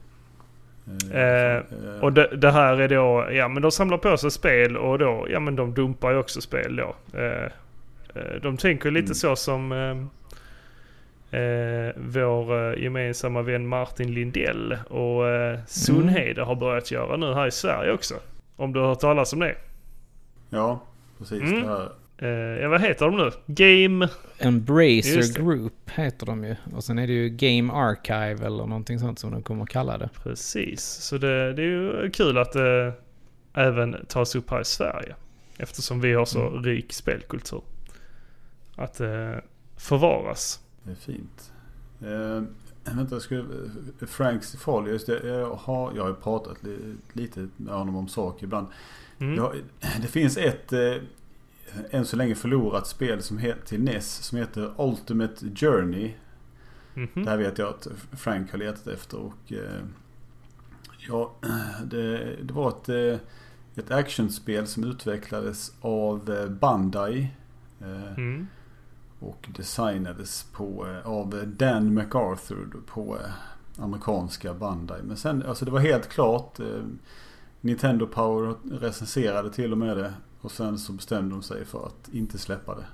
Eh, och det, det här är då, ja men de samlar på sig spel och då, ja men de dumpar ju också spel då. Eh, eh, de tänker lite mm. så som eh, eh, vår eh, gemensamma vän Martin Lindell och eh, Sunhede mm. har börjat göra nu här i Sverige också. Om du har hört talas om det? Ja, precis Mm. det här. Uh, ja, vad heter de nu? Game... Embracer Group heter de ju. Och sen är det ju Game Archive eller någonting sånt som de kommer att kalla det. Precis, så det, det är ju kul att det även tas upp här i Sverige. Eftersom vi har så mm. rik spelkultur. Att det förvaras. Det är fint. Eh, vänta, jag skulle... Franks Folly, just det. Jag har, jag har pratat li, lite med honom om saker ibland. Mm. Jag, det finns ett... Eh, än så länge förlorat spel som heter, till N E S som heter Ultimate Journey. Mm-hmm. Det här vet jag att Frank har letat efter och eh, ja, det, det var ett, ett actionspel som utvecklades av Bandai eh, mm. och designades på, av Dan MacArthur på eh, amerikanska Bandai. Men sen, alltså det var helt klart eh, Nintendo Power recenserade till och med det. Och sen så bestämde de sig för att inte släppa det.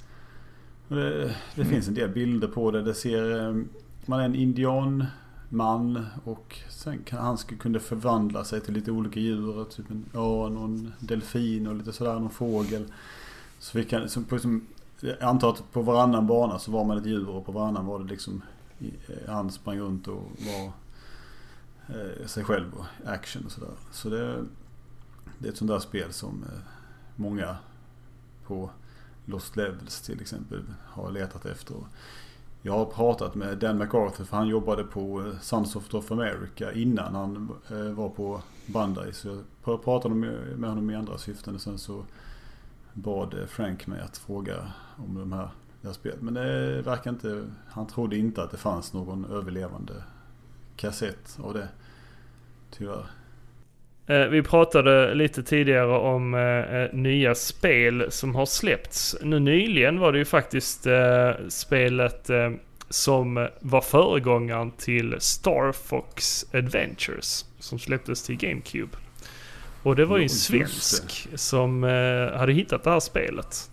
Det, det mm. finns en del bilder på det. Det ser man är en indianman och sen kan han skulle kunna förvandla sig till lite olika djur, typ en örn och en delfin och lite sådär, någon fågel. Så vi kan som, som jag antar att på varannan bana så var man ett djur och på varannan var det liksom han sprang runt och var eh, sig själv och action och sådär. Så det, det är ett sånt där spel som eh, många på Lost Levels till exempel har letat efter. Jag har pratat med Dan MacArthur för han jobbade på Sons of America innan han eh, var på Bandai. Så jag pratade med, med honom i andra syften och sen så bad Frank mig att fråga om de här, det här spelet. Men det verkar inte, han trodde inte att det fanns någon överlevande kassett av det. Tyvärr. Vi pratade lite tidigare om eh, nya spel som har släppts. Nu nyligen var det ju faktiskt eh, spelet eh, som var föregångaren till Star Fox Adventures som släpptes till GameCube. Och det var ju en svensk som eh, hade hittat det här spelet.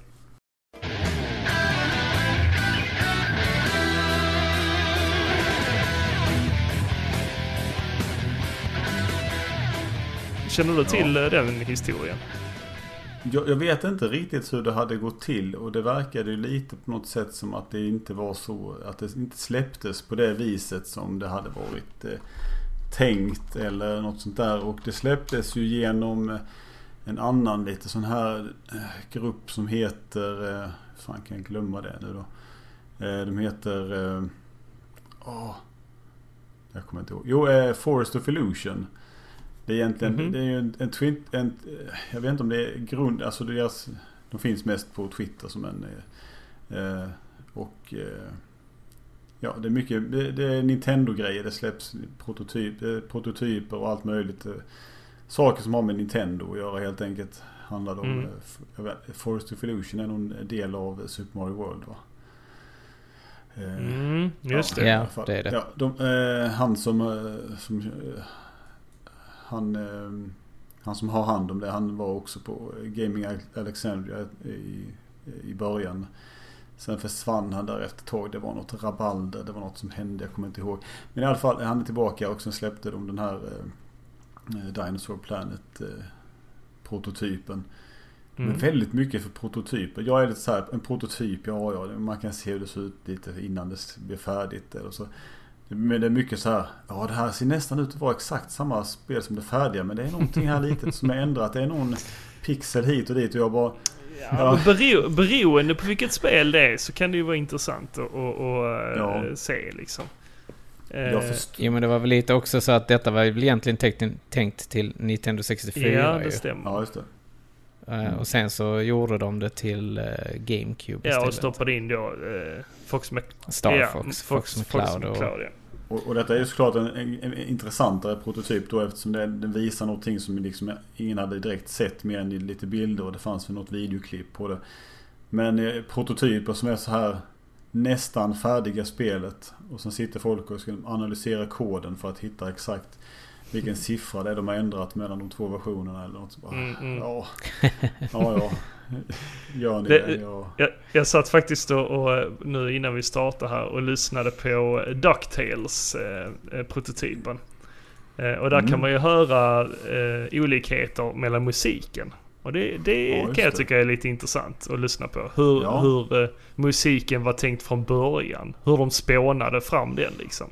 Känner du till ja. den historien? Jag, jag vet inte riktigt hur det hade gått till och det verkade ju lite på något sätt som att det inte var så, att det inte släpptes på det viset som det hade varit eh, tänkt eller något sånt där. Och det släpptes ju genom en annan lite sån här eh, grupp som heter, eh, fan kan jag glömma det nu då. Eh, de heter, eh, åh, jag kommer inte ihåg. Jo, eh, Forest of Illusion. Det är egentligen, mm-hmm. det är ju en, en, twin, en jag vet inte om det är grund, alltså deras, de finns mest på Twitter som en eh, och eh, ja, det är mycket, det, det är Nintendo-grejer, det släpps prototyp, eh, prototyper och allt möjligt, eh, saker som har med Nintendo att göra helt enkelt, handlar om mm. eh, Forest of Illusion är någon del av Super Mario World, va? Eh, mm, just det. Ja, det är det. Ja, de, eh, han som, eh, som eh, Han, eh, han som har hand om det, han var också på Gaming Alexandria i, i början. Sen försvann han där efter ett tag. Det var något rabalder, det var något som hände, jag kommer inte ihåg. Men i alla fall, han är tillbaka och sen släppte de den här eh, Dinosaur Planet eh, prototypen. Mm. Men väldigt mycket för prototyper. Jag är lite så här, en prototyp, ja, ja, man kan se hur det ser ut lite innan det blir färdigt eller så. Men det är mycket så här, ja, det här ser nästan ut att vara exakt samma spel som det färdiga, men det är någonting här litet som är ändrat. Det är någon pixel hit och dit och jag bara... Ja, ja. Bero, beroende på vilket spel det är så kan det ju vara intressant att, att, att ja. se liksom. Jag jo, men det var väl lite också så att detta var väl egentligen tänkt, tänkt till Nintendo sextiofyra. Ja, det ju. stämmer. Ja, just det. Mm. Och sen så gjorde de det till uh, GameCube istället. Ja, och stoppade in då uh, Fox Mac- Star ja, Fox, Fox, Fox McCloud. Fox McCloud ja. och, och detta är ju såklart en, en, en intressantare prototyp då, eftersom det, den visar någonting som liksom ingen hade direkt sett mer än i lite bilder och det fanns väl något videoklipp på det. Men eh, prototyper som är så här nästan färdiga spelet och sen sitter folk och ska analysera koden för att hitta exakt vilken siffra det är de har ändrat mellan de två versionerna eller något. Bara, mm, mm. Ja, ja, ja. Gör ni det? det ja. jag, jag satt faktiskt och, och nu innan vi startade här och lyssnade på DuckTales eh, prototypen. Eh, och där mm. kan man ju höra eh, olikheter mellan musiken. Och det, det ja, kan jag det. tycka är lite intressant att lyssna på. Hur, Ja. hur uh, musiken var tänkt från början. Hur de spånade fram den liksom.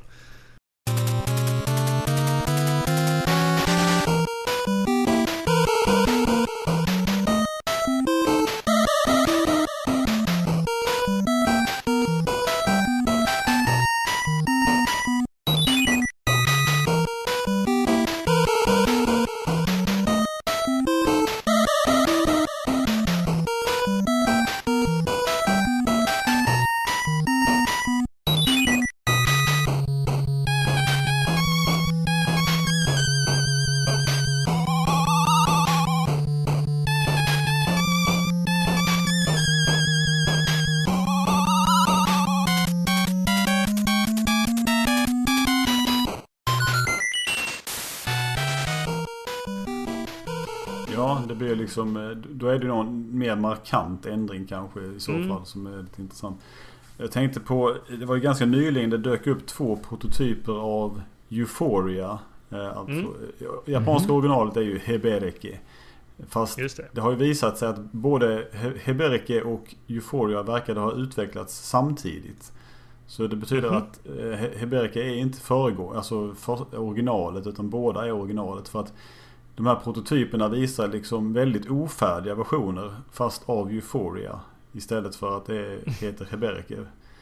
Ja, det blir liksom, då är det någon mer markant ändring kanske i så Mm. fall som är lite intressant. Jag tänkte på, det var ju ganska nyligen det dök upp två prototyper av Euphoria. Eh, Alltså, Mm. japanska Mhm. originalet är ju Hebereke. Fast Just det. det har ju visat sig att både He- Hebereke och Euphoria verkade ha utvecklats samtidigt. Så det betyder Mhm. att eh, He- Hebereke är inte föregå, alltså för originalet, utan båda är originalet. För att de här prototyperna visar liksom väldigt ofärdiga versioner fast av Euphoria istället för att det heter Hebereke.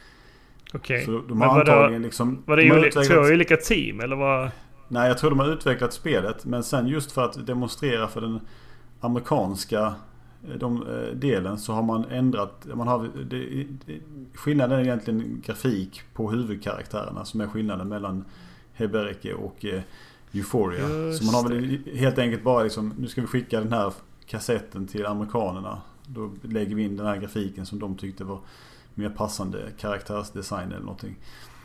Okej. Så de Men har var det- antagligen liksom... Var det de har oli- utvecklat- två olika team eller vad? Nej, jag tror de har utvecklat spelet, men sen just för att demonstrera för den amerikanska eh, de, eh, delen så har man ändrat, man har, det, det, skillnaden är egentligen grafik på huvudkaraktärerna som är skillnaden mellan Hebereke och eh, Euphoria. Just Så man har väl helt enkelt bara liksom, nu ska vi skicka den här kassetten till amerikanerna. Då lägger vi in den här grafiken som de tyckte var mer passande karaktärsdesign eller någonting.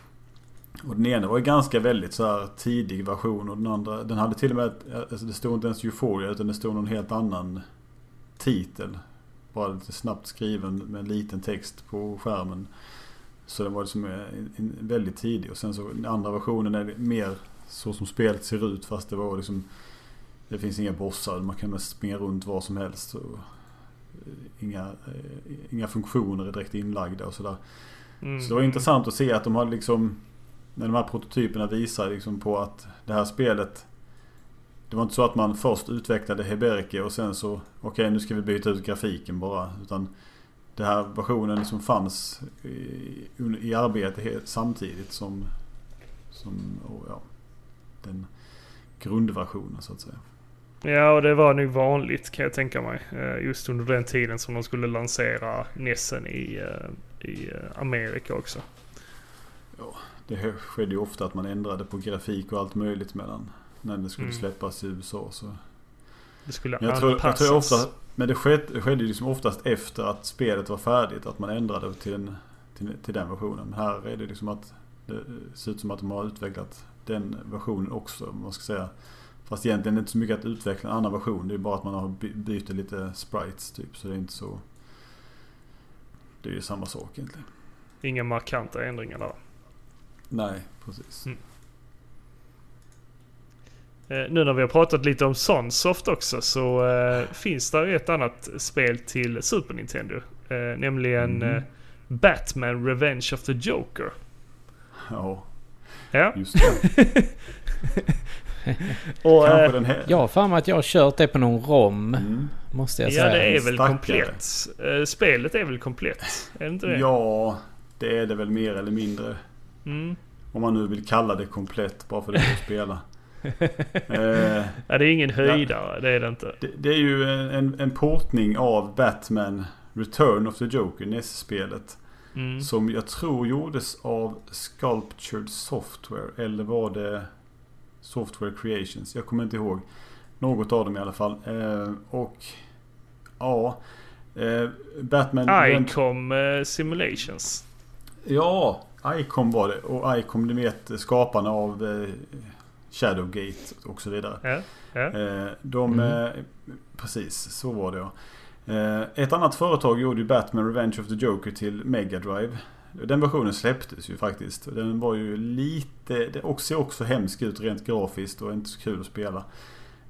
Och den ena var ju ganska väldigt så här tidig version och den andra, den hade till och med, alltså det stod inte ens Euphoria utan det stod någon helt annan titel. Bara lite snabbt skriven med en liten text på skärmen. Så den var liksom en, en väldigt tidig. Och sen så den andra versionen är mer så som spelet ser ut, fast det var liksom, det finns inga bossar, man kan mest springa runt vad som helst. Så, inga, eh, inga funktioner är direkt inlagda och sådär. Mm. Så det var intressant att se att de har liksom, när de här prototyperna visar liksom på att det här spelet, det var inte så att man först utvecklade Hebereke och sen så okej okay, nu ska vi byta ut grafiken bara, utan det här versionen som fanns i, i arbete helt, samtidigt som, som oh ja, den grundversionen så att säga. Ja, och det var nog vanligt kan jag tänka mig. eh, Just under den tiden som de skulle lansera Nessen i, eh, i eh, Amerika också. Det skedde ju ofta att man ändrade på grafik och allt möjligt mellan när det skulle Mm. släppas i U S A. Så. Det skulle Men jag tror, jag anpassas. tror ofta, men det skedde, det skedde ju liksom oftast efter att spelet var färdigt, att man ändrade till, en, till, till den versionen. Men här är det liksom att det ser ut som att de har utvecklat den versionen också, om man ska säga. Fast egentligen är det inte så mycket att utveckla en annan version. Det är bara att man har by- bytt lite sprites typ. Så det är inte så... Det är ju samma sak egentligen. Inga markanta ändringar där. Nej, precis. Mm. Eh, nu när vi har pratat lite om Sunsoft också så eh, finns det ett annat spel till Super Nintendo. Eh, nämligen Mm. eh, Batman Revenge of the Joker. Ja, Ja. just det. Och, Kanske eh, den här... Jag har för mig att jag har kört det på någon rom. Mm. Måste jag ja, säga. det är väl Stackare. komplett. Eh, spelet är väl komplett? Är det inte det? Ja, det är det väl mer eller mindre. Mm. Om man nu vill kalla det komplett bara för det att spela. eh, Ja, det är ingen höjdare, det är det inte. det, det är ju en, en portning av Batman Return of the Joker, N E S-spelet. Mm. Som jag tror gjordes av Sculptured Software. Eller var det Software Creations? Jag kommer inte ihåg. Något av dem i alla fall. Eh, och ja, eh, Batman... Icom eh, Simulations. Ja, Icom var det. Och Icom, du vet, skaparna av eh, Shadowgate och så vidare. Ja, ja. Eh, de, Mm. eh, precis, så var det ja. Eh, ett annat företag gjorde ju Batman Revenge of the Joker till Mega Drive. Den versionen släpptes ju faktiskt. Den var ju lite, det ser också hemskt ut rent grafiskt och inte så kul att spela.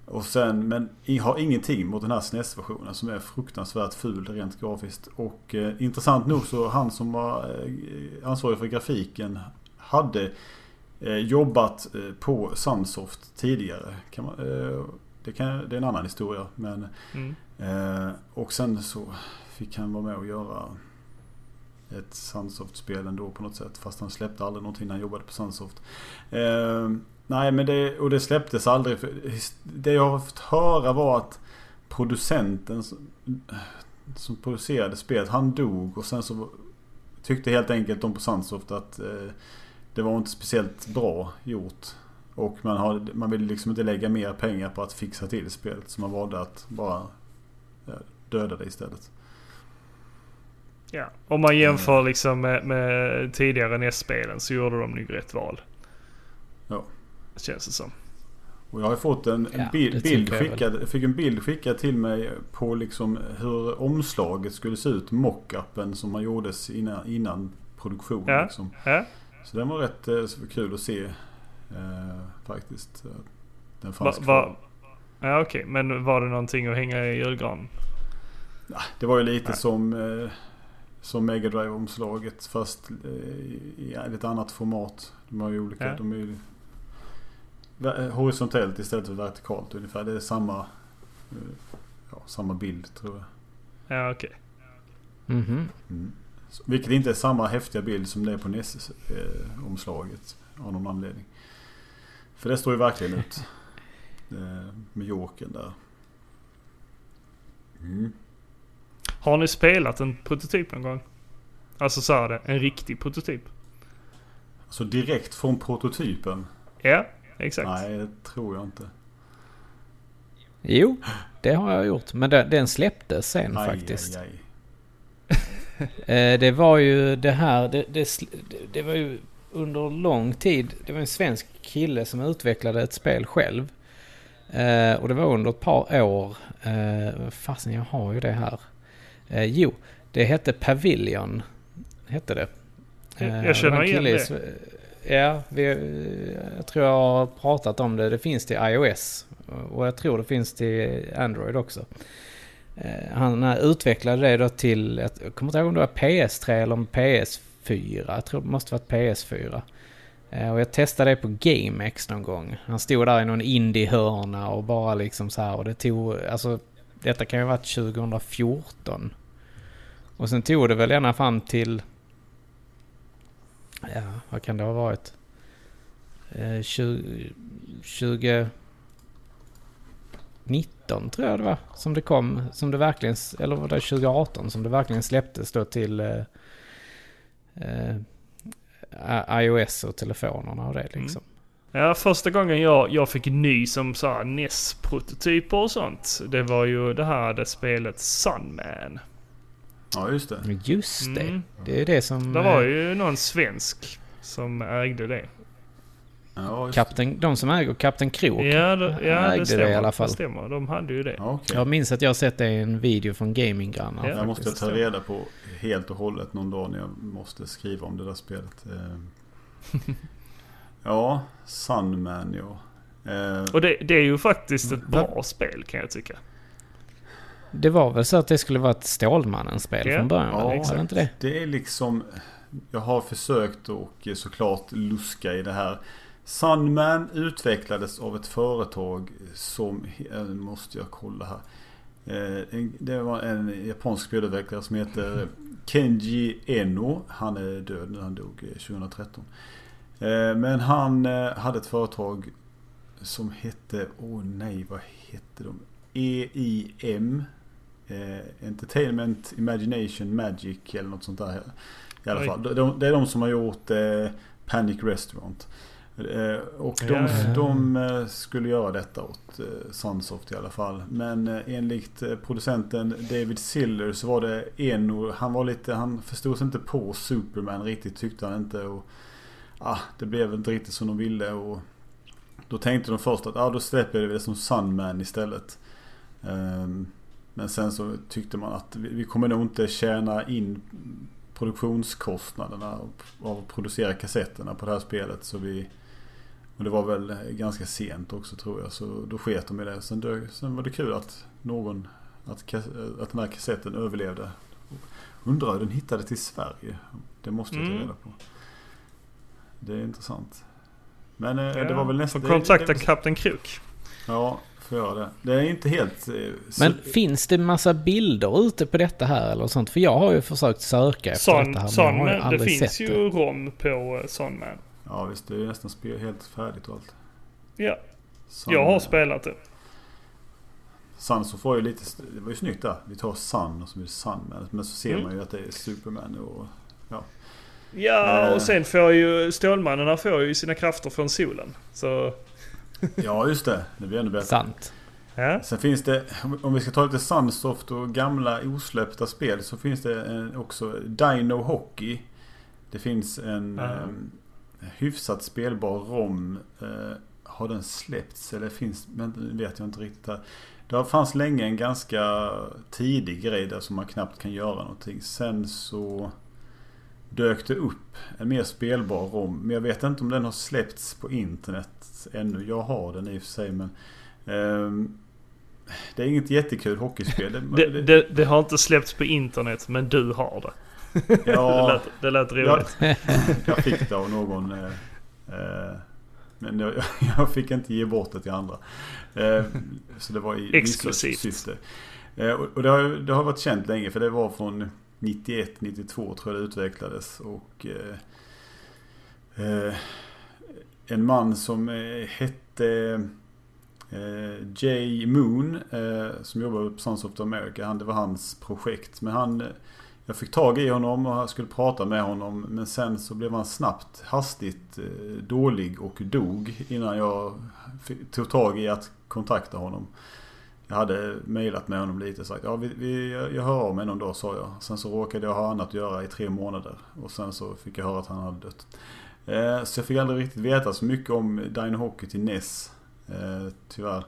Och sen, men jag har ingenting mot den här S N E S-versionen som är fruktansvärt ful rent grafiskt. Och eh, intressant nog så han som var eh, ansvarig för grafiken hade eh, jobbat eh, på Sunsoft tidigare. Kan man, eh, det, kan, det är en annan historia. Men, Mm. eh, och sen så fick han vara med och göra ett Sunsoft-spel ändå på något sätt. Fast han släppte aldrig någonting när han jobbade på Sunsoft. Eh, nej, men det, och det släpptes aldrig. För det jag har fått höra var att producenten som, som producerade spelet, han dog. Och sen så tyckte helt enkelt de på Sunsoft att eh, det var inte speciellt bra gjort. Och man, har, man ville liksom inte lägga mer pengar på att fixa till spelet. Så man valde att bara ja, döda det istället. Ja, om man jämför liksom med, med tidigare N E S-spelen så gjorde de nog rätt val. Ja. Det känns det som. Och jag har fått en, en Ja, bild, bild jag skickad, jag fick en bild skickad till mig på liksom hur omslaget skulle se ut, mockupen som man gjordes innan, innan produktion. Ja. Liksom. Ja. Så det var rätt eh, så kul att se eh, faktiskt. Den Va, fanns va, kvar. ja, okej. Okay. Men var det någonting att hänga i julgranen? Ja, det var ju lite Nej. som eh, som Mega Drive-omslaget fast eh, i ett annat format. De har ju olika, Ja. de är ju horisontellt istället för vertikalt ungefär. Det är samma eh, ja, samma bild tror jag. Ja, okej. Okay. Mhm. Mm. Så, vilket inte är samma häftiga bild som det är på N E S-omslaget av någon anledning. För det står ju verkligen ut eh, med Jokern där. Mm. Har ni spelat en prototyp någon gång? Alltså så är det, en riktig prototyp. Så direkt från prototypen? Ja, exakt. Nej, det tror jag inte. Jo, det har jag gjort. Men den, den släpptes sen Aj, faktiskt. aj, aj. Eh, det var ju det här, det, det, det, det var ju under lång tid, det var en svensk kille som utvecklade ett spel själv. Eh, och det var under ett par år. Eh, fasen, jag har ju det här. Eh, jo, det hette Pavilion. Hette det. Jag, jag känner igen det. I, ja, vi, jag tror jag har pratat om det. Det finns till iOS. Och jag tror det finns till Android också. Eh, han utvecklade det då till, jag kommer inte ihåg om det var P S tre eller P S fyra. Jag tror det måste vara P S fyra. Eh, och jag testade det på GameX någon gång. Han stod där i någon indie-hörna och bara liksom så här. Och det tog, alltså detta kan ju ha varit tjugo fjorton. Och sen tog det väl ända fram till, ja, vad kan det ha varit? Eh, tjugo, tjugo nitton tror jag det var som det kom, som det verkligen, eller var det tjugo arton som det verkligen släpptes då till eh, eh, iOS och telefonerna och det liksom. Mm. Ja, första gången jag, jag fick ny som så här N E S-prototyper och sånt, det var ju det här det spelet Sunman. Ja, just det. Just det. Mm. Det är det som Det var ju någon svensk som ägde det. Ja, just Kapten, de som äger Kapten Krok. Ja, det, ja, ägde det stämmer. det i alla fall. Det stämmer. De hade ju det. Ja, okay. Jag minns att jag har sett det i en video från Gaminggrannar. Ja. Jag måste faktiskt. ta reda på helt och hållet någon dag när jag måste skriva om det där spelet. Eh, ja, Sunman, ja. Eh, Och det, det är ju faktiskt ett Va? bra spel kan jag tycka. Det var väl så att det skulle vara ett Stålmannen-spel Ja. från början? Ja, eller? Var det inte det? det är liksom... Jag har försökt och såklart luska i det här. Sunman utvecklades av ett företag som... Måste jag kolla här. Eh, det var en japansk spelutvecklare som heter Kenji Eno. Han är död nu, han dog tjugohundratretton. Eh, men han eh, hade ett företag som hette... Åh oh, nej, vad hette de? E I M eh, Entertainment Imagination Magic eller något sånt där. I alla Oj. fall. De, det är de som har gjort eh, Panic Restaurant. Eh, och de, Ja. de eh, skulle göra detta åt eh, Sunsoft i alla fall. Men eh, enligt eh, producenten David Siller så var det en, han var lite, han förstod sig inte på Superman riktigt, tyckte han inte. Och ah, det blev inte riktigt som de ville. Och då tänkte de först att ah, då släpper det som Sunman istället. Um, men sen så tyckte man att vi, vi kommer nog inte tjäna in produktionskostnaderna av att producera kassetterna på det här spelet, så vi Och det var väl ganska sent också tror jag. Så då sket de i det. Sen, dö, sen var det kul att någon att, att den här kassetten överlevde. Undrar hur den hittade till Sverige. Det måste jag ta reda på. Det är intressant. Men ja, det var väl nästa... Får kontakta Kapten Krok. Ja, får göra det. Det är inte helt... Eh, Men så... finns det massa bilder ute på detta här eller sånt? För jag har ju försökt söka efter Son, detta här. Son, men jag har ju det finns sett ju det. rom på Son Man. Ja visst, det är nästan spel helt färdigt och allt. Ja, Sun, jag har spelat det. Sons of var ju lite... Det var ju snyggt där. Vi tar Sun och så blir det Sunman. Men så ser mm. man ju att det är Superman och... Ja, ja och sen får ju Stålmannen får ju sina krafter från solen. Så... ja, just det. Det blir ännu bättre. Sant. Ja. Sen finns det, om vi ska ta lite Sunsoft och gamla osläppta spel, så finns det en, också Dino Hockey. Det finns en uh-huh. eh, hyfsat spelbar ROM. Eh, har den släppts eller finns, men vet jag inte riktigt här. Det fanns länge en ganska tidig grej där som man knappt kan göra någonting. Sen så dök det upp en mer spelbar ROM. Men jag vet inte om den har släppts på internet ännu. Jag har den i och för sig, men eh, det är inget jättekul hockeyspel. Det, det, det, det har inte släppts på internet, men du har det. Ja, det, lät, det lät roligt. Jag, jag fick det av någon... Eh, eh, men jag, jag fick inte ge bort det till andra. Eh, så det var i exklusivt syfte. Eh, och och det, har, det har varit känt länge, för det var från nittioett nittiotvå tror jag det utvecklades. Och eh, eh, en man som eh, hette... Uh, Jay Moon uh, som jobbar på Sons of America, han, det var hans projekt, men han, jag fick tag i honom och jag skulle prata med honom, men sen så blev han snabbt hastigt uh, dålig och dog innan jag fick, tog tag i att kontakta honom. Jag hade mejlat med honom lite och sagt, ja vi, vi, jag hör av mig någon dag, sa jag. Sen så råkade jag ha annat att göra i tre månader och sen så fick jag höra att han hade dött. uh, så jag fick aldrig riktigt veta så mycket om Dino Hockey till N E S. Eh, tyvärr.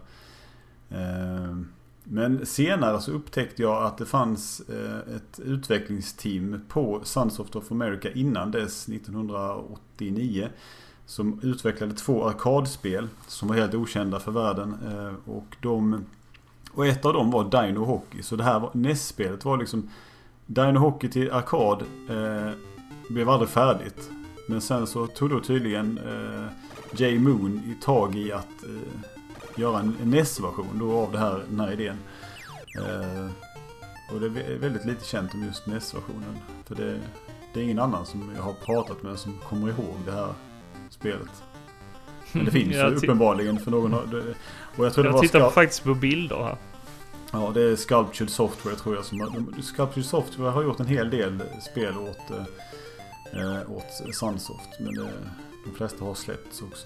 Eh, men senare så upptäckte jag att det fanns eh, ett utvecklingsteam på Sons of America innan dess, nittonhundraåttionio, som utvecklade två arkadspel som var helt okända för världen. Eh, och, de, och ett av dem var Dino Hockey. Så det här var, N E S-spelet var liksom Dino Hockey till arkad eh, blev aldrig färdigt. Men sen så tog då tydligen eh, Jay Moon i tag i att eh, göra en N E S-version då av det här, den här idén. Eh, och det är väldigt lite känt om just N E S-versionen. För det, det är ingen annan som jag har pratat med som kommer ihåg det här spelet. Men det finns ju uppenbarligen för någon. Och jag tror det jag var tittar ska- faktiskt på bilder här. Ja, det är Sculptured Software tror jag. Som, Sculptured Software har gjort en hel del spel åt, eh, åt Sunsoft. Men det, de flesta har släppts också.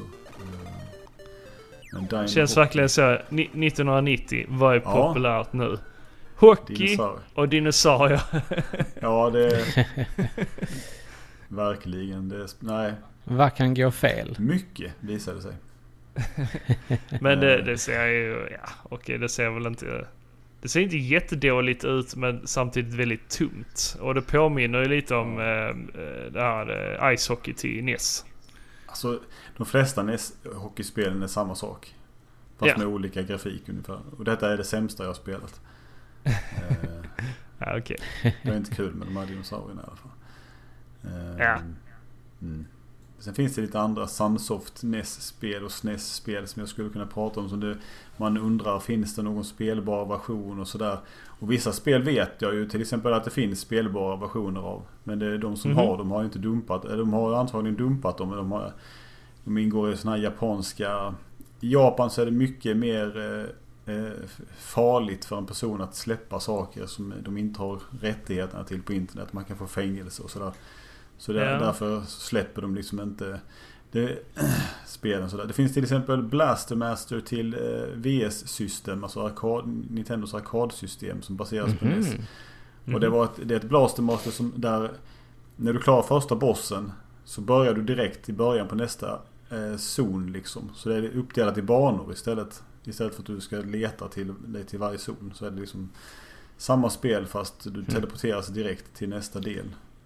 Men det känns verkligen så. nittonhundranittio, vad är ja. populärt nu? Hockey Dinosaurier. och dinosaurier. Ja, det är... verkligen. Det är, nej. Vad kan gå fel? Mycket visade sig. Men det, det ser ju... Ja, okej, det ser väl inte... Det ser inte jättedåligt ut, men samtidigt väldigt tungt. Och det påminner ju lite om eh, det här eh, Ice Hockey till N E S. Alltså, de flesta N E S-hockeyspelen är samma sak. Fast ja. med olika grafik ungefär. Och detta är det sämsta jag har spelat. eh, ja, okej. Det är inte kul med de här dinosaurierna i alla fall. Eh, ja. Mm. Sen finns det lite andra Sunsoft N E S-spel och S N E S-spel som jag skulle kunna prata om. Som det, man undrar, finns det någon spelbar version och sådär. Och vissa spel vet jag ju till exempel att det finns spelbara versioner av. Men det är de som mm-hmm. har, de har ju inte dumpat. Eller de har antagligen dumpat dem. Men de, har, de ingår i såna här japanska... I Japan så är det mycket mer eh, farligt för en person att släppa saker som de inte har rättigheterna till på internet. Man kan få fängelse och sådär. Så där, ja. Därför släpper de liksom inte det, spelen sådär. Det finns till exempel Blaster Master till eh, V S-system, alltså arkad, Nintendos arkadsystem som baseras mm-hmm. på N E S. Mm-hmm. Och det var ett, det är ett Blaster Master som där, när du klarar första bossen så börjar du direkt i början på nästa eh, zon liksom. Så det är uppdelat i banor istället. Istället för att du ska leta till dig till varje zon, så är det liksom samma spel fast du teleporteras direkt till nästa del.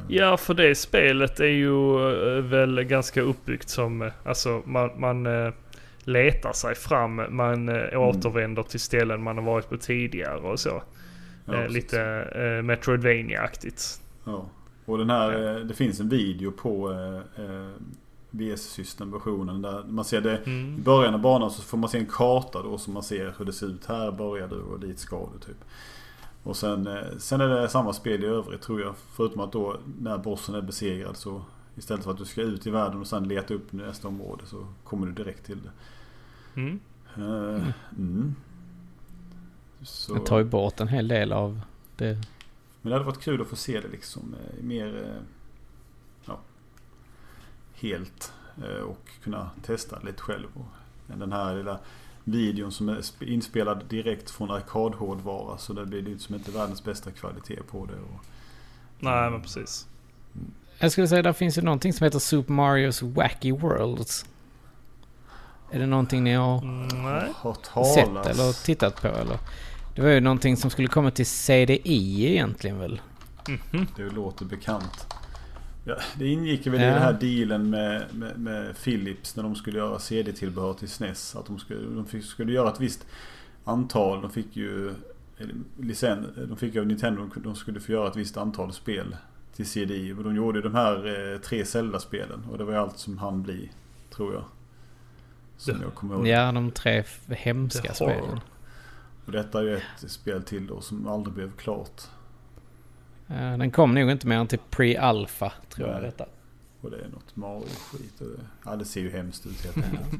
Ja, för det spelet är ju väl ganska uppbyggt som, alltså man, man letar sig fram, man mm. återvänder till ställen man har varit på tidigare och så. Ja, eh, lite eh, Metroidvania-aktigt. Ja, och den här, ja. det finns en video på eh, V S-systemversionen där man ser det mm. i början av banan, så får man se en karta då som man ser hur det ser ut. Här börjar du och dit ska du typ. Och sen, sen är det samma spel i övrigt tror jag. Förutom att då när bossen är besegrad, så istället för att du ska ut i världen och sen leta upp nästa område, så kommer du direkt till det. Mm. Uh, mm. Så. Det tar ju bort en hel del av det. Men det hade varit kul att få se det liksom mer ja, helt och kunna testa lite själv. Och den här lilla videon som är inspelad direkt från arkadhårdvara, så det blir inte som inte världens bästa kvalitet på det. Och, nej, men precis. Jag skulle säga att det finns ju någonting som heter Super Mario's Wacky Worlds. Är det någonting ni har, mm, har sett eller tittat på? Eller? Det var ju någonting som skulle komma till C D I egentligen väl? Mm-hmm. Det låter bekant. Ja, det ingick väl ja. i den här dealen med, med, med Philips när de skulle göra C D-tillbehör till S N E S. Att de skulle, de fick, skulle göra ett visst antal. De fick ju licens, de fick ju av Nintendo, de skulle få göra ett visst antal spel till C D I. Och de gjorde de här eh, tre Zelda-spelen. Och det var ju allt som han bli, tror jag. Som det, jag kommer ihåg. Ja, de tre hemska spelen. Och detta är ju ett spel till då som aldrig blev klart. Ja, den kom nog inte mer än till pre-alpha, tror Nej. jag detta. Och det är något Mario-skit. Ja, det ser ju hemskt ut helt enkelt.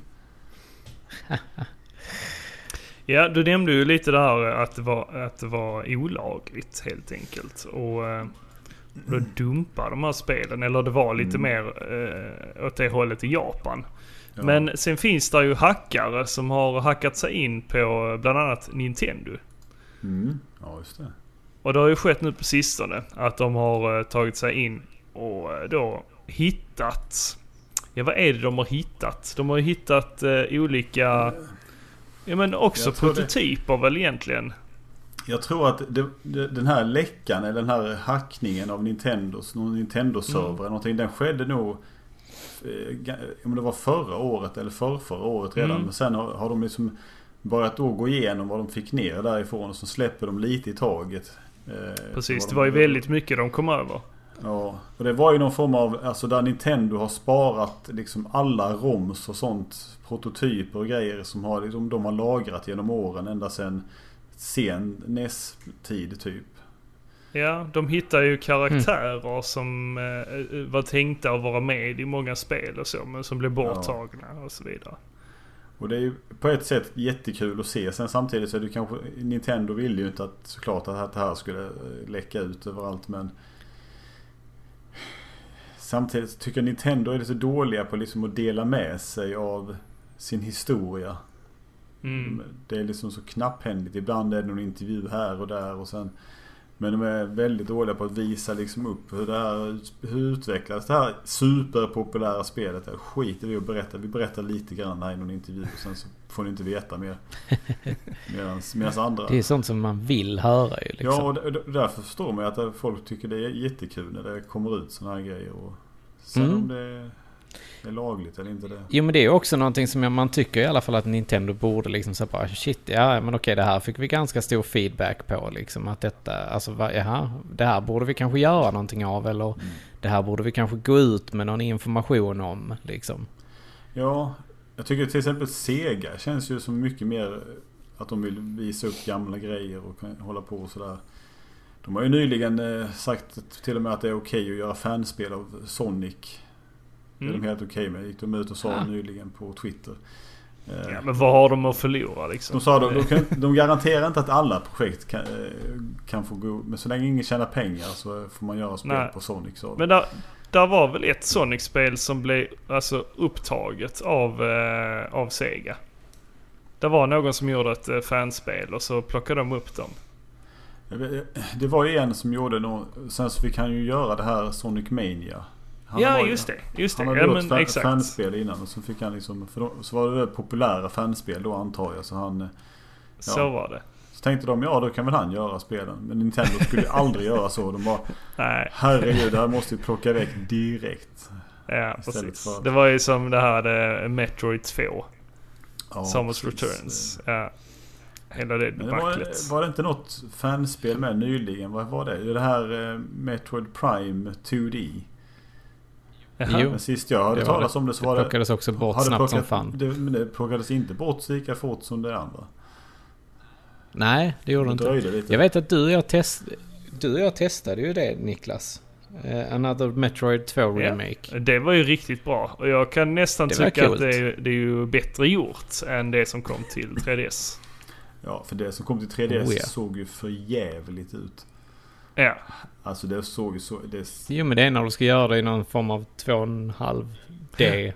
Ja, du nämnde ju lite där att det var, att det var olagligt helt enkelt. Och eh, då dumpade de här spelen. Eller det var lite mm. mer eh, åt det hållet i Japan. Ja. Men sen finns det ju hackare som har hackat sig in på bland annat Nintendo. Mm. Ja, just det. Och det har ju skett nu på sistone att de har uh, tagit sig in och uh, då hittat... Ja, vad är det de har hittat? De har ju hittat uh, olika... Ja, men också prototyper det... väl egentligen. Jag tror att det, det, den här läckan eller den här hackningen av Nintendos, någon Nintendo-server mm. någonting, den skedde nog eh, om det var förra året eller för förra året redan. Mm. Men sen har, har de liksom börjat då gå igenom vad de fick ner därifrån och så släpper de lite i taget. Eh, Precis, de det var ju väldigt mycket de kom över. Ja, och det var ju någon form av, alltså där Nintendo har sparat liksom alla ROMs och sånt, prototyper och grejer som har, liksom, de har lagrat genom åren ända sedan sen N E S-tid typ. Ja, de hittar ju karaktärer mm. som eh, var tänkta att vara med i många spel och så, men som blev borttagna ja. och så vidare. Och det är ju på ett sätt jättekul att se. Sen samtidigt så är det kanske, Nintendo ville ju inte att såklart att det här skulle läcka ut överallt, men samtidigt tycker jag Nintendo är lite dåliga på liksom att dela med sig av sin historia. Mm. Det är liksom så knapphändigt. Ibland är det någon intervju här och där och sen, men de är väldigt dåliga på att visa liksom upp hur det här hur utvecklas det här superpopulära spelet. Där skiter vi och berättar. Vi berättar lite grann här i någon intervju och sen så får ni inte veta mer. Medans, medans andra. Det är sånt som man vill höra ju liksom. Ja, och därför förstår man att folk tycker det är jättekul när det kommer ut såna här grejer. Och sen mm. om det är lagligt eller inte det. Jo, men det är också någonting som man tycker i alla fall att Nintendo borde liksom så bara shit, ja men okej, det här fick vi ganska stor feedback på liksom att detta, alltså jaha, det här borde vi kanske göra någonting av eller mm. det här borde vi kanske gå ut med någon information om liksom. Ja, jag tycker till exempel Sega känns ju som mycket mer att de vill visa upp gamla grejer och hålla på och sådär. De har ju nyligen eh, sagt till och med att det är okej att göra fanspel av Sonic. Det är de helt okej med. Gick de ut och sa ja. nyligen på Twitter. Ja, men vad har de att förlora liksom? De sa då, de, kan, de garanterar inte att alla projekt kan, kan få gå, men så länge ingen tjänar pengar så får man göra spel Nej. på Sonic. Så. Men där, där var väl ett Sonic-spel som blev alltså upptaget av, eh, av Sega. Det var någon som gjorde ett eh, fanspel och så plockade de upp dem. Det var ju en som gjorde något, sen så vi kan ju göra det här Sonic Mania. Han ja, var, just det. Just det. Han hade ja, gjort men, fan, exakt. fanspel innan och så fick han liksom, för då, så var det populära fanspel då antar jag, så han ja, så var det. tänkte de, ja då kan väl han göra spelen. Men Nintendo skulle aldrig göra så. De bara, Nej. herregud, det här måste vi plocka iväg direkt. Ja, precis. För... Det var ju som det här det, Metroid två. Ja, Samus precis. Returns. Ja. Hela det Men det var, var det inte något fanspel med nyligen? Vad var det? Det här eh, Metroid Prime två D. Jaha. Jo. Men sist jag hörde talas om det så var det... Det plockades också bort snabbt plockat, som fan. Det, men det plockades inte bort så lika fort som det andra. Nej, det gjorde det inte. Lite. Jag vet att du och jag, test, du och jag testade ju det, Niklas. Uh, Another Metroid två Remake. Ja, det var ju riktigt bra. Och jag kan nästan det tycka att det är, det är ju bättre gjort än det som kom till tre D S. Ja, för det som kom till tre D S oh, ja. såg ju för jävligt ut. Ja. Alltså det såg ju så... Det... Jo, men det är när du ska göra det i någon form av två och en halv D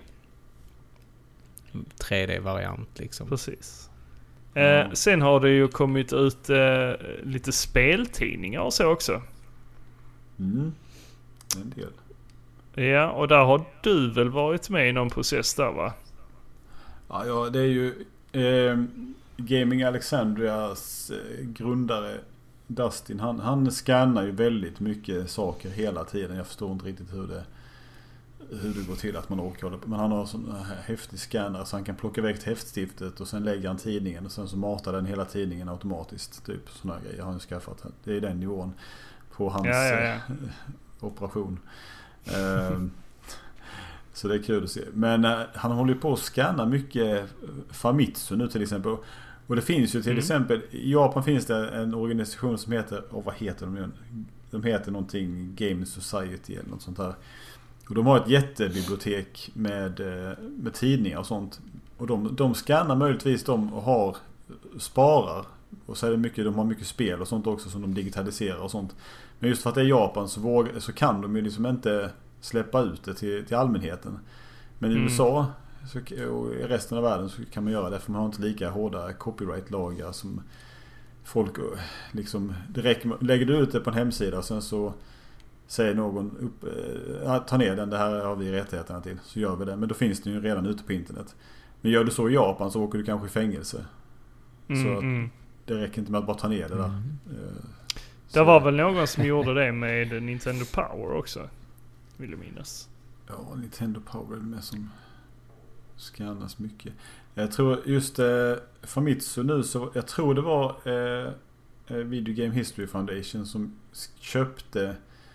tre D-variant liksom. Precis. Mm. Eh, sen har det ju kommit ut eh, lite speltidningar och så också. Mm. En del. Ja, och där har du väl varit med i någon process där, va? Ja, ja det är ju eh, Gaming Alexandrias eh, grundare Dustin. Han, han scannar ju väldigt mycket saker hela tiden. Jag förstår inte riktigt hur det hur det går till att man orkar hålla på. Men han har en sån här häftig scanner så han kan plocka väck häftstiftet och sen lägger han tidningen och sen så matar den hela tidningen automatiskt. Typ sådana grejer har han skaffat. Det är den nivån på hans ja, ja, ja. Eh, operation. um, så det är kul att se. Men uh, han håller ju på att scanna mycket Famitsu nu till exempel. Och det finns ju till mm. exempel i Japan finns det en organisation som heter, och vad heter de nu? De heter någonting Game Society eller något sånt här. Och de har ett jättebibliotek med, med tidningar och sånt. Och de, de scannar möjligtvis de och har sparar. Och så är det mycket, de har mycket spel och sånt också som de digitaliserar och sånt. Men just för att det är Japan så, vågar, så kan de ju liksom inte släppa ut det till, till allmänheten. Men i mm. U S A så, och i resten av världen så kan man göra det för man har inte lika hårda copyright-lagar som folk liksom, det räcker, lägger du ut det på en hemsida och sen så säger någon upp, äh, ta ner den, det här har vi rättigheterna till, så gör vi det. Men då finns det ju redan ute på internet. Men gör du så i Japan så åker du kanske i fängelse. Mm, så mm. det räcker inte med att bara ta ner det där. Mm. Det var väl någon som gjorde det med Nintendo Power också, vill jag minnas. Ja, Nintendo Power är med som skannas mycket. Jag tror just eh, Famitsu nu så, jag tror det var eh, Video Game History Foundation som köpte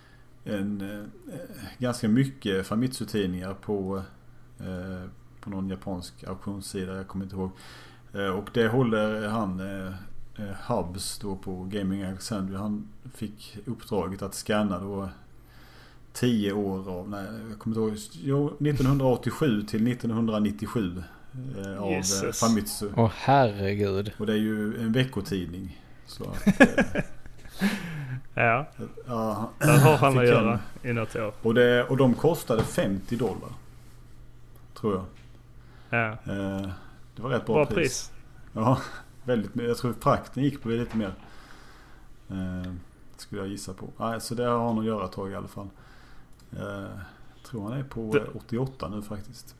en eh, ganska mycket Famitsu-tidningar på eh, på någon japansk auktionssida, jag kommer inte ihåg. Eh, och det håller han eh, Hubs då på Gaming Alexandria. Han fick uppdraget att scanna då tio år av, nej jag kommer inte ihåg, jo, nittonhundraåttiosju till nittonhundranittiosju eh, av Jesus. Famitsu. Åh herregud. Och det är ju en veckotidning. Så att, eh, ja. Ja, där har han att göra i något år. Och, det, och de kostade femtio dollar. Tror jag. Ja. Eh, det var rätt bra, bra pris. pris. Ja, väldigt. Jag tror frakten gick på lite mer. Eh, skulle jag gissa på. Nej, så det har han att göra ett tag i alla fall. Eh, tror han är på det... åttioåtta nu faktiskt.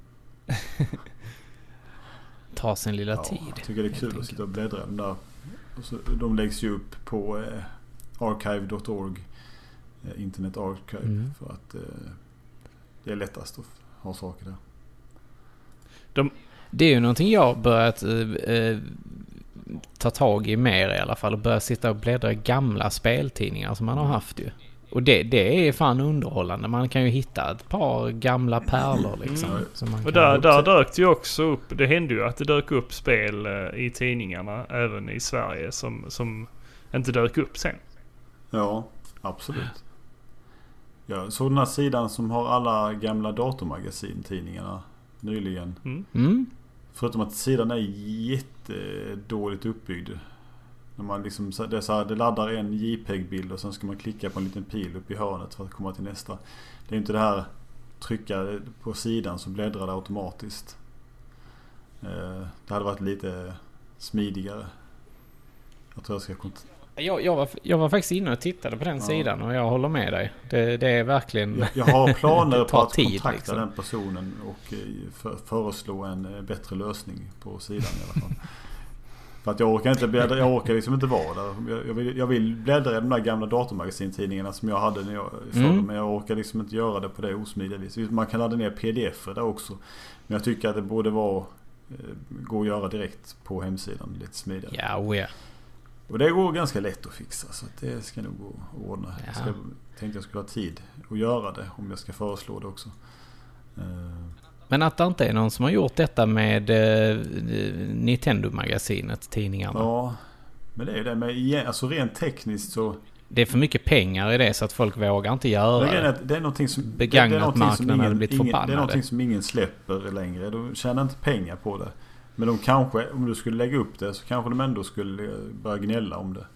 Ta sin lilla ja, tid. Jag tycker det är kul att sitta och bläddra de där. Och så, de läggs ju upp på eh, archive dot org, eh, Internet Archive, mm. för att eh, det är lättast att ha saker där. De... Det är ju någonting jag börjat eh, ta tag i mer i alla fall, och börja sitta och bläddra gamla speltidningar som man har haft ju. Och det, det är fan underhållande. Man kan ju hitta ett par gamla pärlor liksom. Mm. Som man och kan där, där dök det ju också upp. Det hände ju att det dök upp spel i tidningarna även i Sverige som, som inte dök upp sen. Ja, absolut. Ja, så den här sidan som har alla gamla datormagasin-tidningarna nyligen. Mm. Mm. Förutom att sidan är jättedåligt uppbyggd. När man liksom, det, är så här, det laddar en JPEG-bild och sen ska man klicka på en liten pil upp i hörnet för att komma till nästa. Det är inte det här trycka på sidan som bläddrar det automatiskt. Det hade varit lite smidigare. Jag tror jag ska kont- jag, jag, var, jag var faktiskt inne och tittade på den ja. sidan och jag håller med dig. Det, det är verkligen... Jag, jag har planer på att tid, kontakta liksom. den personen och för, föreslå en bättre lösning på sidan i alla fall. För att jag orkar inte bläddra, jag orkar liksom inte vara där. Jag, jag, vill, jag vill bläddra i de där gamla datormagasintidningarna som jag hade när jag förr, mm. men jag orkar liksom inte göra det på det osmidiga vis. Man kan ladda ner pdf-er där också. Men jag tycker att det borde vara gå att göra direkt på hemsidan lite smidigare. Ja, oh ja. Och det går ganska lätt att fixa, så att det ska nog gå att ordna. Ja. Jag ska, tänkte jag skulle ha tid att göra det om jag ska föreslå det också. Men att det inte är någon som har gjort detta med eh, Nintendo-magasinet, tidningarna. Ja, men det är det med, alltså rent tekniskt så... Det är för mycket pengar i det så att folk vågar inte göra det. Är, det är någonting som... Begagnat marknaden hade blivit förbannade. Det är någonting som ingen släpper längre. De tjänar inte pengar på det. Men de kanske, om du skulle lägga upp det så kanske de ändå skulle börja gnälla om det.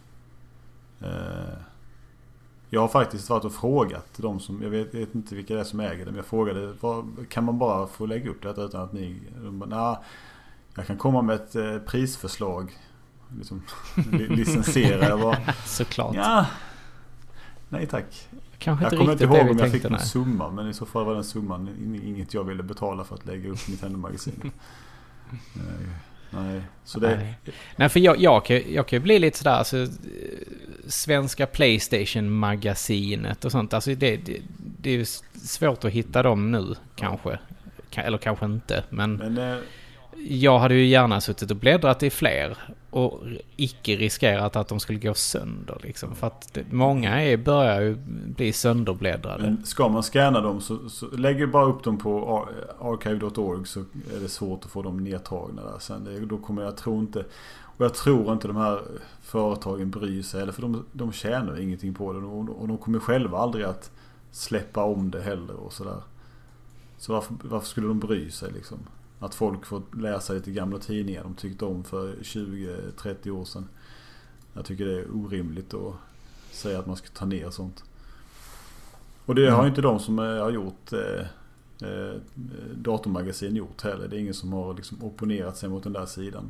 Eh, jag har faktiskt varit och frågat de som, jag vet, vet inte vilka det är som äger det, men jag frågade, vad, kan man bara få lägga upp det utan att ni, de bara, nah, jag kan komma med ett eh, prisförslag. Liksom, licensera. Jag bara, såklart. Ja, nej tack. Kanske inte jag kommer riktigt inte ihåg om jag jag fick någon nej. summa, men i så fall var den summan inget jag ville betala för att lägga upp Nintendo-magasinet. nej, nej, så det... Nej, nej för jag, jag, kan, jag kan ju bli lite sådär, alltså, svenska PlayStation-magasinet och sånt, alltså det, det, det är ju svårt att hitta dem nu, kanske. Eller kanske inte, men... men äh... jag hade ju gärna suttit och bläddrat i fler och icke riskerat att de skulle gå sönder liksom. För att det, många är, börjar ju bli sönderbläddrade. Men ska man scanna dem så, så lägger bara upp dem på archive dot org, så är det svårt att få dem nedtagna där. Sen det, då kommer jag tro inte, och jag tror inte de här företagen bryr sig, eller för de, de tjänar ingenting på det, och, och de kommer själva aldrig att släppa om det heller och sådär. Så varför, varför skulle de bry sig liksom? Att folk får läsa lite gamla tidningar de tyckte om för tjugo trettio år sedan. Jag tycker det är orimligt att säga att man ska ta ner sånt. Och det mm. har inte de som har gjort eh, eh, datormagasin gjort heller. Det är ingen som har liksom opponerat sig mot den där sidan.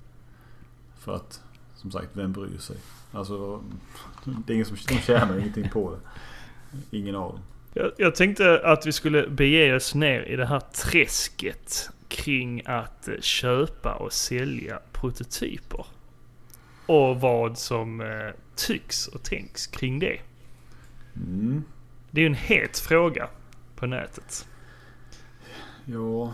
För att, som sagt, vem bryr sig? Alltså, det är ingen som de tjänar ingenting på det. Ingen av dem. Jag, jag tänkte att vi skulle bege oss ner i det här träsket kring att köpa och sälja prototyper. Och vad som eh, tycks och tänks kring det. Mm. Det är ju en het fråga på nätet. Ja,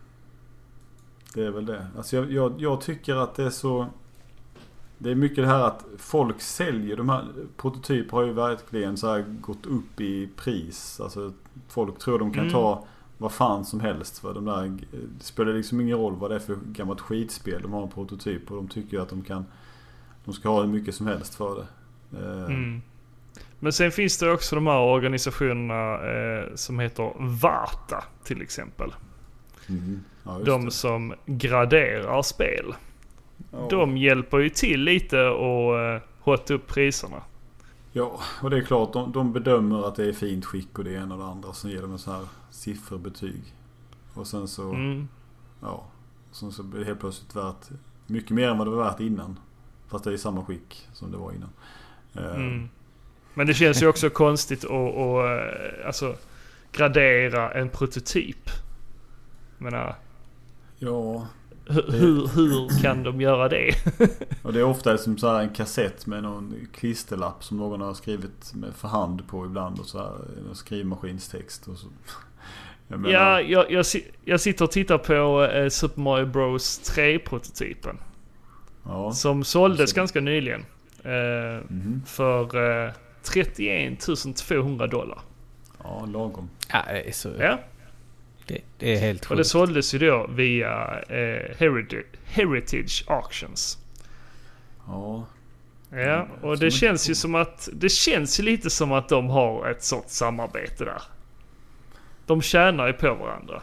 det är väl det. Alltså jag, jag, jag tycker att det är så... Det är mycket det här att folk säljer. De här prototyper har ju verkligen så här gått upp i pris. Alltså folk tror de kan mm. ta vad fan som helst för de där. Det spelar liksom ingen roll vad det är för gammalt skitspel. De har en prototyp och de tycker att de kan, de ska ha hur mycket som helst för det. Mm. Men sen finns det också de här organisationerna eh, som heter Varta till exempel. Mm. Ja, de det. som graderar spel. Ja. De hjälper ju till lite och eh, hotta upp priserna. Ja, och det är klart, de, de bedömer att det är fint skick och det ena och det andra. Sen ger de en så här sifferbetyg. Och sen så, mm. ja, sen så blir det helt plötsligt värt mycket mer än vad det var värt innan. Fast det är i samma skick som det var innan. Mm. Men det känns ju också konstigt att, att alltså, gradera en prototyp. Jag menar, ja... Hur, hur kan de göra det? Och det är ofta som så här en kassett med någon klisterlapp som någon har skrivit med för hand på ibland och så här en skrivmaskinstext och så. Jag menar... Ja, jag, jag, jag sitter och tittar på eh, Super Mario Bros tre-prototypen. Ja, som såldes ganska nyligen. Eh, mm-hmm. För eh, trettioen tusen tvåhundra dollar. Ja, lagom. Ja, det är så... Ja. Det, det är helt sjukt. Och det såldes ju då via eh, Heritage, Heritage Auctions. Ja. Ja, och det känns ju som att det känns ju lite som att de har ett sorts samarbete där. De tjänar ju på varandra.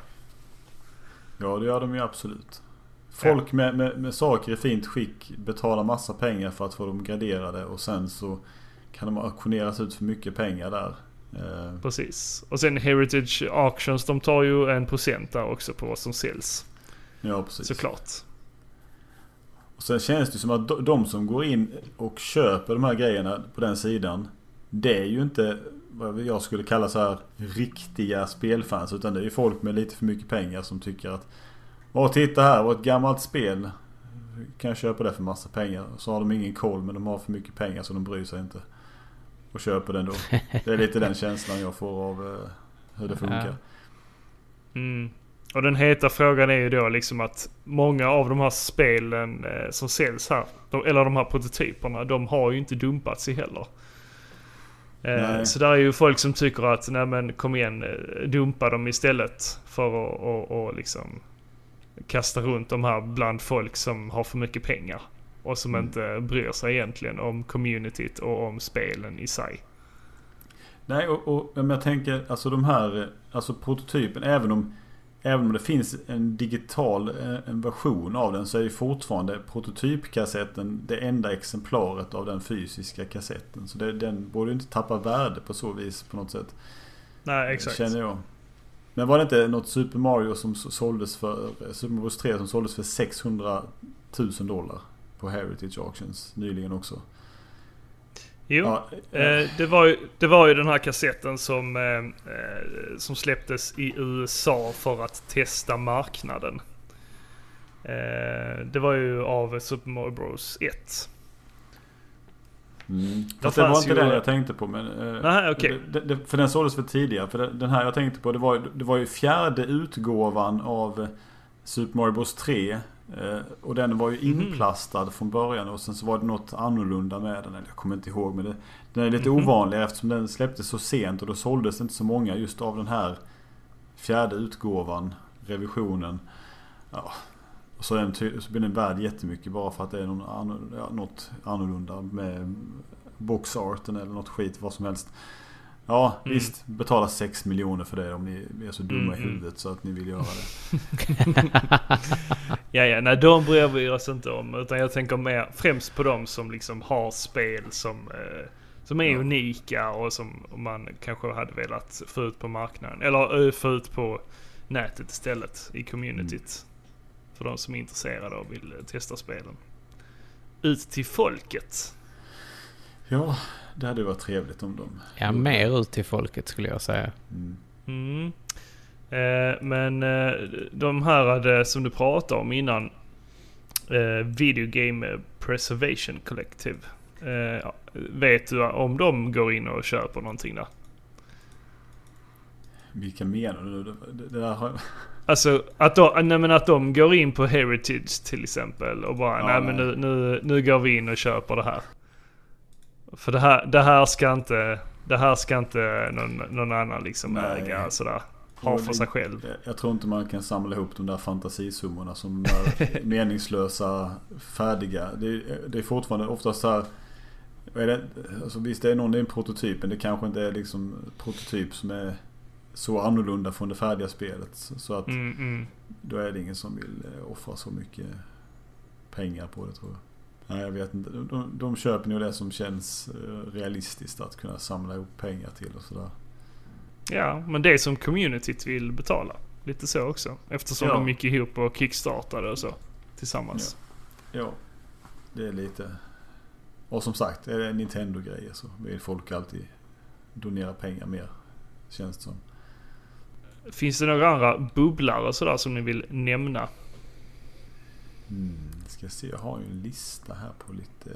Ja, det gör de ju absolut. Folk ja. med, med, med saker i fint skick betalar massa pengar för att få dem graderade och sen så kan de auktioneras ut för mycket pengar där. Precis. Och sen Heritage Auctions, de tar ju en procent där också på vad som säljs. Ja, precis. Såklart. Och sen känns det som att de som går in och köper de här grejerna på den sidan, det är ju inte vad jag skulle kalla så här riktiga spelfans, utan det är ju folk med lite för mycket pengar som tycker att åh, titta här, var ett gammalt spel kan jag köpa det för massa pengar. Så har de ingen koll, men de har för mycket pengar så de bryr sig inte. Och köper den då. Det är lite den känslan jag får av uh, hur det funkar. Mm. Och den heta frågan är ju då liksom att många av de här spelen eh, som säljs här, de, eller de här prototyperna, de har ju inte dumpats i heller. Eh, så där är ju folk som tycker att nej men kom igen, dumpa dem istället för att och, och liksom kasta runt de här bland folk som har för mycket pengar och som mm. inte bryr sig egentligen om communityt och om spelen i sig. Nej, och, och men jag tänker alltså de här, alltså prototypen, även om även om det finns en digital en version av den, så är ju fortfarande prototypkassetten det enda exemplaret av den fysiska kassetten. Så det, den borde inte tappa värde på så vis på något sätt. Nej, exakt. Känner jag. Men var det inte något Super Mario som såldes för Super Mario tre som såldes för sexhundratusen dollar på Heritage Auctions nyligen också? Jo, ja, eh, det, var ju, det var ju den här kassetten som, eh, som släpptes i U S A för att testa marknaden. Eh, det var ju av Super Mario Bros ett. Mm. Fast det var inte ju... den jag tänkte på. Men, eh, Aha, okay. det, det, för den såldes för tidigare. För den här jag tänkte på, det var, det var ju fjärde utgåvan av Super Mario Bros tre. Eh, och den var ju inplastad mm. från början. Och sen så var det något annorlunda med den. Jag kommer inte ihåg, men det, den är lite mm. ovanlig eftersom den släpptes så sent. Och då såldes inte så många just av den här fjärde utgåvan, revisionen. Ja. Och så, den, så blir den värd jättemycket bara för att det är någon annorlunda, ja, något annorlunda med boxarten eller något skit, vad som helst. Ja, mm. visst, betala sex miljoner för det om ni är så dumma mm. i huvudet så att ni vill göra det. ja, ja, nej, de bryr vi oss inte om. Utan jag tänker mer främst på dem som liksom har spel som, eh, som är ja. unika och som man kanske hade velat få ut på marknaden. Eller äh, få ut på nätet istället, i communityt. Mm. För de som är intresserade och vill testa spelen. Ut till folket. Ja, det hade varit trevligt om dem. Ja, mer ut till folket skulle jag säga. Mm. Mm. Eh, men eh, de här hade, som du pratade om innan, eh, Video Game Preservation Collective. Eh, vet du om de går in och köper någonting där? Vilka menar du? Det, det där har... Alltså att de, nej, men att de går in på Heritage till exempel och bara, ja, nej, nej men nu, nu, nu går vi in och köper det här. För det här, det här ska inte, det här ska inte någon, någon annan liksom äga sådär, ha för sig själv. Jag, jag tror inte man kan samla ihop de där fantasisummorna som är meningslösa, färdiga. Det är, det är fortfarande oftast så här, är det, alltså visst det är någon, det är en prototyp, men det kanske inte är liksom prototyp som är så annorlunda från det färdiga spelet. Så att mm, mm. då är det ingen som vill offra så mycket pengar på det, tror jag. Nej, jag vet inte. De, de köper nog det som känns realistiskt att kunna samla ihop pengar till och sådär. Ja, men det är som communityt vill betala. Lite så också. Eftersom ja. de gick ihop och kickstartade och så tillsammans. Ja. ja, det är lite... Och som sagt, är det Nintendo-grejer så vill folk alltid donera pengar mer, känns det som. Finns det några andra bubblare sådär som ni vill nämna? Mm, ska jag se, jag har ju en lista här på lite...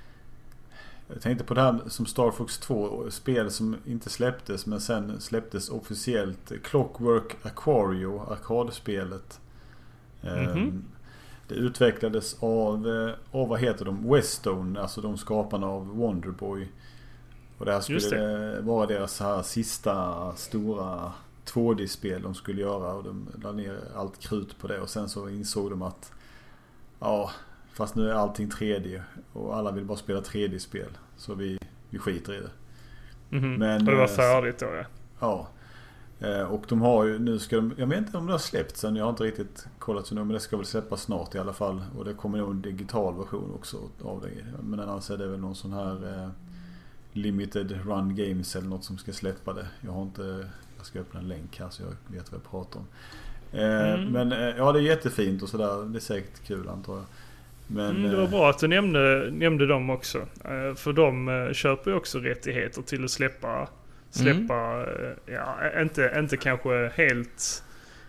Jag tänkte på det här som Star Fox två, spel som inte släpptes men sen släpptes officiellt. Clockwork Aquario, arkadspelet. Mm-hmm. Det utvecklades av, av, vad heter de? Westone, alltså de skaparna av Wonderboy. Och det här skulle det. vara deras här sista stora två D-spel de skulle göra, och de la ner allt krut på det, och sen så insåg de att ja, fast nu är allting tre D och alla vill bara spela tre D-spel, så vi, vi skiter i det. Mm-hmm. Men, och det var färdigt då, ja. Ja. Och de har ju, nu ska de, jag vet inte om det har släppts sen, jag har inte riktigt kollat så nu, men det ska väl släppas snart i alla fall, och det kommer nog en digital version också av det. Men annars är det väl någon sån här eh, limited run games eller något som ska släppa det. Jag har inte, jag ska öppna en länk här så jag vet vad jag pratar om. Eh, mm. Men eh, ja, det är jättefint och sådär, det är säkert kul antar jag. Men, mm, det var bra att du nämnde, nämnde dem också. Eh, för de eh, köper ju också rättigheter till att släppa Släppa, mm. ja, inte, inte kanske helt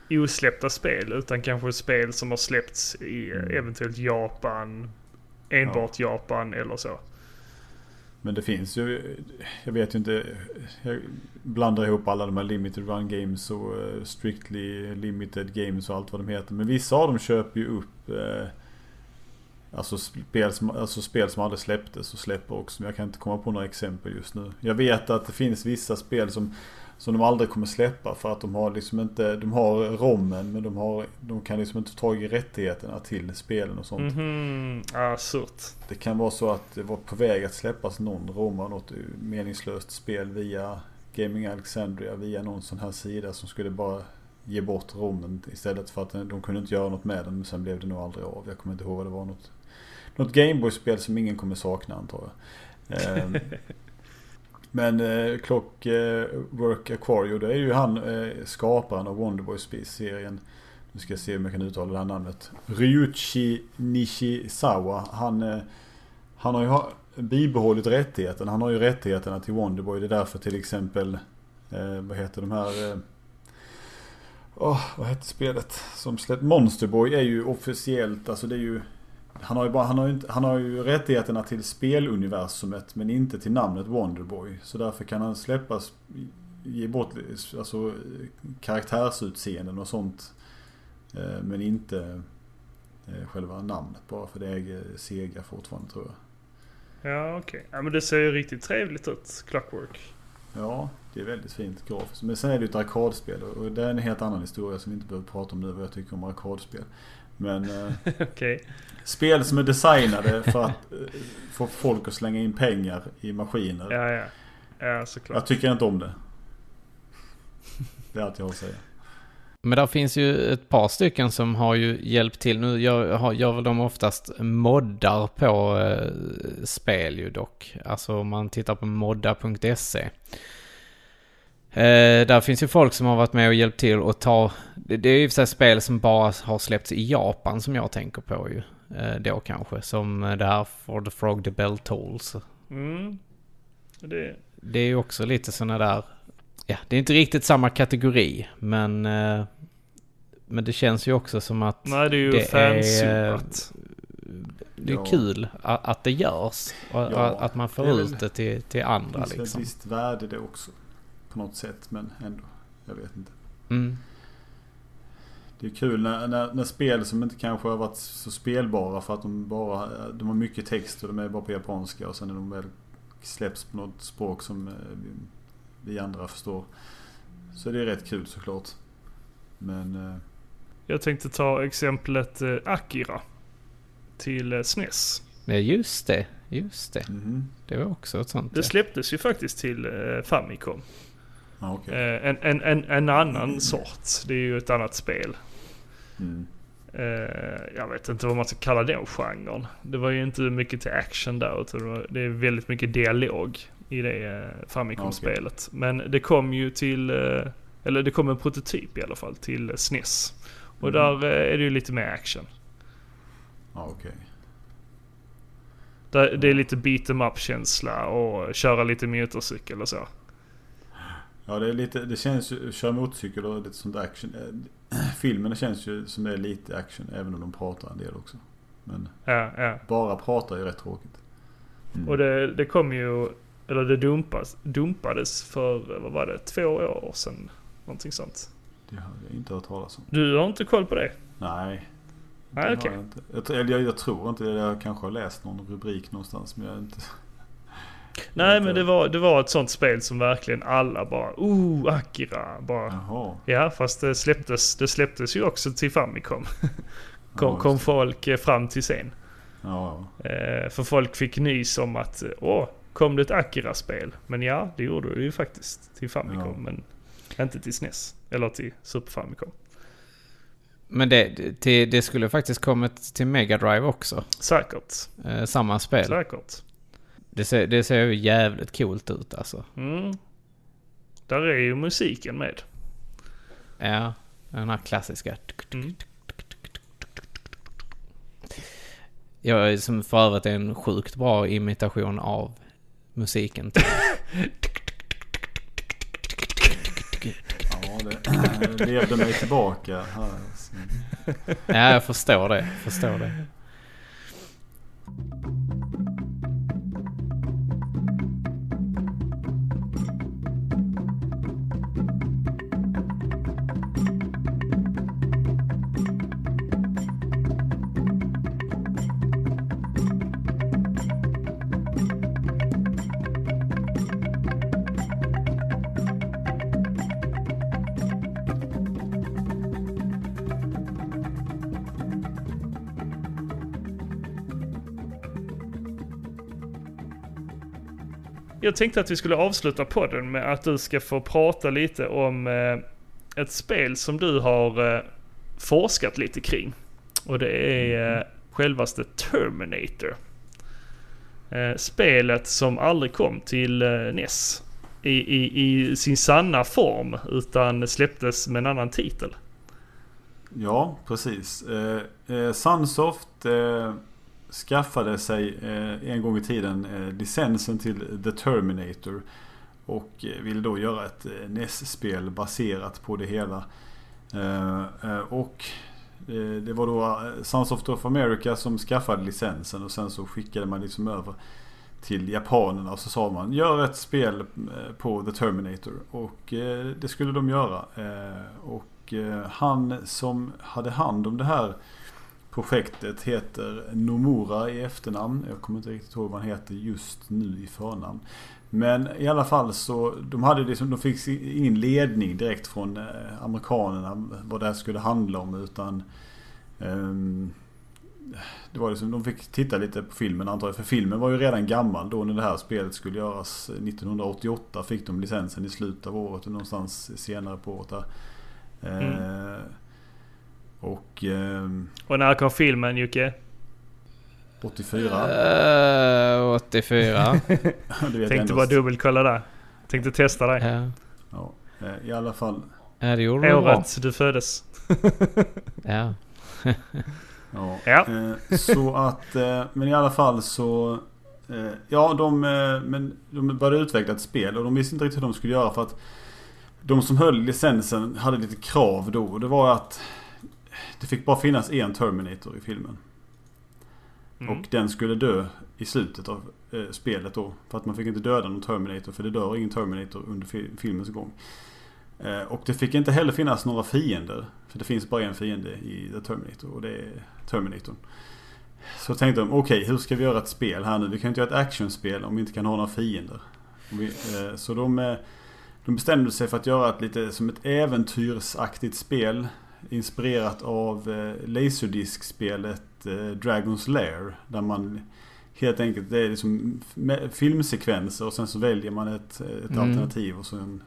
osläppta spel, utan kanske spel som har släppts i mm. eventuellt Japan, enbart ja. Japan eller så. Men det finns ju, jag vet ju inte, jag blandar ihop alla de här limited run games och uh, strictly limited games och allt vad de heter. Men vissa av dem köper ju upp uh, alltså, spel som, alltså spel som aldrig släpptes och släpper också. Men jag kan inte komma på några exempel just nu. Jag vet att det finns vissa spel som som de aldrig kommer släppa för att de har liksom inte, de har rommen men de har, de kan liksom inte ta i rättigheterna till spelen och sånt. Mhm, ah, surt. Det kan vara så att det var på väg att släppas någon rom av något meningslöst spel via Gaming Alexandria, via någon sån här sida som skulle bara ge bort rommen istället för att de kunde inte göra något med den, men sen blev det nog aldrig av. Jag kommer inte ihåg vad det var, något något Gameboy-spel som ingen kommer sakna, antar jag. Um, Men eh, Clockwork Aquario, det är ju han eh, skaparen av Wonderboy-serien. Nu ska jag se om jag kan uttala det här namnet. Ryuichi Nishizawa. Han, eh, han har ju ha, bibehållit rättigheten. Han har ju rättigheterna till Wonderboy. Det är därför till exempel eh, vad heter de här eh, oh, vad heter spelet som släppt? Monster Boy är ju officiellt, alltså det är ju Han har ju, bara, han, har ju inte, han har ju rättigheterna till speluniversumet men inte till namnet Wonderboy. Så därför kan han släppas, ge bort alltså, karaktärsutseenden och sånt. Eh, men inte eh, själva namnet, bara för det äger Sega fortfarande, tror jag. Ja, okej. Okay. Ja, men det ser ju riktigt trevligt ut, Clockwork. Ja, det är väldigt fint grafiskt. Men sen är det ju ett arkadspel och det är en helt annan historia som vi inte behöver prata om nu, vad jag tycker om arkadspel. Men eh, okay. spel som är designade för att eh, få folk att slänga in pengar i maskiner. Ja, ja. Ja, såklart. Jag tycker inte om det. Det är allt jag har att säga. Men där finns ju ett par stycken som har ju hjälpt till. Nu gör, gör väl de oftast moddar på eh, spel ju dock. Alltså om man tittar på modda punkt se. Eh, där finns ju folk som har varit med och hjälpt till att ta... Det, det är ju för sig spel som bara har släppts i Japan som jag tänker på ju. Eh, då kanske. Som det här For the Frog the Bell Tolls. Mm. Det... det är ju också lite såna där... Ja, det är inte riktigt samma kategori. Men, eh, men det känns ju också som att... Nej, det är ju det fansupat. Det är ja. kul att, att det görs. Och ja, att man får det ut väl, det till, till andra. Det finns liksom. ett visst värde det också. På något sätt, men ändå. Jag vet inte. Mm. Det är kul när, när, när spel som inte kanske har varit så spelbara för att de bara de har mycket text och de är bara på japanska och sen när de väl släpps på något språk som vi, vi andra förstår. Så det är rätt kul såklart. Men... Eh, jag tänkte ta exemplet eh, Akira till eh, S N E S. Ja, just det. Just det. Mm-hmm. Det var också ett sånt. Det släpptes ju faktiskt till eh, Famicom. Ah, okay. eh, en, en, en, en annan sort. Det är ju ett annat spel. Mm. Eh, jag vet inte vad man ska kalla den genren. Det var ju inte mycket till action där. Utan det är väldigt mycket dialog i det eh, Famicom-spelet. Okay. Men det kom ju till... Eh, eller det kom en prototyp i alla fall till S N E S. Och mm. där eh, är det ju lite mer action. Ja, ah, okej. Okay. Det är lite beat em up-känsla och köra lite motorcykel och så. Ja, det är lite, det känns ju, köra motorcykel och lite sånt action. Filmerna känns ju som det är lite action, även om de pratar en del också. Men ja, ja. bara prata är ju rätt tråkigt. Mm. Och det, det kom ju, eller det dumpas, dumpades för, vad var det, två år sedan. Någonting sånt. Det har jag inte hört talas om. Du har inte koll på det? Nej. Nej, okej. Okay. Jag, jag, jag tror inte det. Jag kanske har läst någon rubrik någonstans, men jag inte... Nej, men det var, det var ett sånt spel som verkligen alla bara, oh, Akira. Bara. Jaha. Ja, fast det släpptes, det släpptes ju också till Famicom. kom, ja, kom folk fram till sen. Ja. Eh, för folk fick nys om att, åh, kom det ett Akira-spel? Men ja, det gjorde det ju faktiskt till Famicom, ja. Men inte till S N E S. Eller till Super Famicom. Men det, till, det skulle faktiskt kommit till Mega Drive också. Säkert. Eh, samma spel. Säkert. Det ser, det ser ju jävligt coolt ut alltså. Mm. Där är ju musiken med. Ja, den här klassiska. Mm. Jag är som för övrigt en sjukt bra imitation av musiken. Ja, det, levde mig tillbaka. Ja, jag förstår det. Förstår det. Jag tänkte att vi skulle avsluta podden med att du ska få prata lite om eh, ett spel som du har eh, forskat lite kring. Och det är eh, självaste Terminator. Eh, spelet som aldrig kom till eh, N E S i, i, i sin sanna form utan släpptes med en annan titel. Ja, precis. Eh, eh, Sunsoft eh, skaffade sig eh, en gång i tiden eh, licensen till The Terminator och eh, ville då göra ett eh, N E S-spel baserat på det hela. Eh, eh, och eh, det var då eh, Sunsoft of America som skaffade licensen och sen så skickade man liksom över till japanerna och så sa man gör ett spel eh, på The Terminator och eh, det skulle de göra. Eh, och eh, han som hade hand om det här projektet heter Nomura i efternamn. Jag kommer inte riktigt ihåg vad han heter just nu i förnamn. Men i alla fall så de hade liksom, de fick ingen ledning direkt från eh, amerikanerna vad det här skulle handla om utan um, det var liksom, de fick titta lite på filmen antar jag, för filmen var ju redan gammal då när det här spelet skulle göras nittonhundraåttioåtta fick de licensen i slutet av året och någonstans senare på året där. Mm. Eh, Och, eh, och när kom filmen, Jocke? åttiofyra. Uh, åttiofyra. Tänkte bara dubbelkolla där. Tänkte testa dig. Ja. Ja, i alla fall. Ja, det gjorde året du föddes. Ja. Ja. Ja. Eh, så att, eh, men i alla fall så, eh, ja, de, eh, men de började utveckla ett spel och de visste inte riktigt hur de skulle göra för att de som höll licensen hade lite krav då. Och det var att det fick bara finnas en Terminator i filmen. Mm. Och den skulle dö i slutet av eh, spelet då. För att man fick inte döda någon Terminator. För det dör ingen Terminator under fi- filmens gång. Eh, och det fick inte heller finnas några fiender. För det finns bara en fiende i The Terminator. Och det är Terminator. Så tänkte de, okej, okay, hur ska vi göra ett spel här nu? Vi kan inte göra ett actionspel om vi inte kan ha några fiender. Vi, eh, så de, eh, de bestämde sig för att göra ett lite som ett äventyrsaktigt spel. Inspirerat av eh, Laserdisc-spelet eh, Dragon's Lair. Där man helt enkelt, det är liksom filmsekvenser och sen så väljer man ett, ett mm. alternativ och sen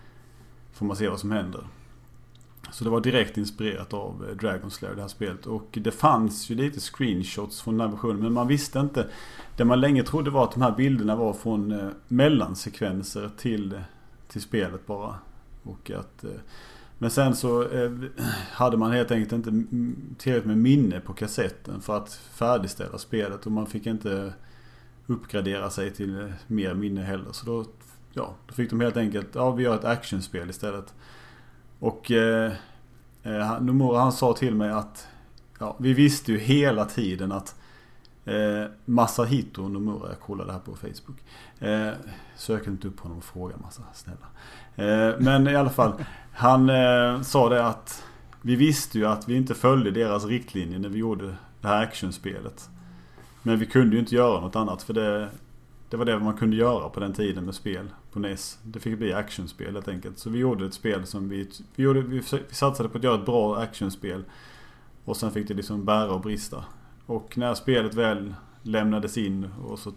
får man se vad som händer. Så det var direkt inspirerat av eh, Dragon's Lair det här spelet. Och det fanns ju lite screenshots från den här versionen men man visste inte. Det man länge trodde var att de här bilderna var från eh, mellansekvenser till, till spelet bara. Och att... Eh, Men sen så eh, hade man helt enkelt inte tillräckligt med minne på kassetten för att färdigställa spelet och man fick inte uppgradera sig till mer minne heller. Så då, ja, då fick de helt enkelt, ja vi gör ett actionspel istället. Och eh, eh, Nomura han sa till mig att ja, vi visste ju hela tiden att eh, Masahito Nomura, jag kollade det här på Facebook. Eh, söker inte upp honom och frågar massa, snälla. Eh, men i alla fall, han eh, sa det att vi visste ju att vi inte följde deras riktlinjer när vi gjorde det här actionspelet. Men vi kunde ju inte göra något annat för det, det var det man kunde göra på den tiden med spel på N E S. Det fick bli actionspel helt enkelt. Så vi gjorde ett spel som vi, vi, gjorde, vi, vi satsade på att göra ett bra actionspel och sen fick det liksom bära och brista. Och när spelet väl lämnades in och så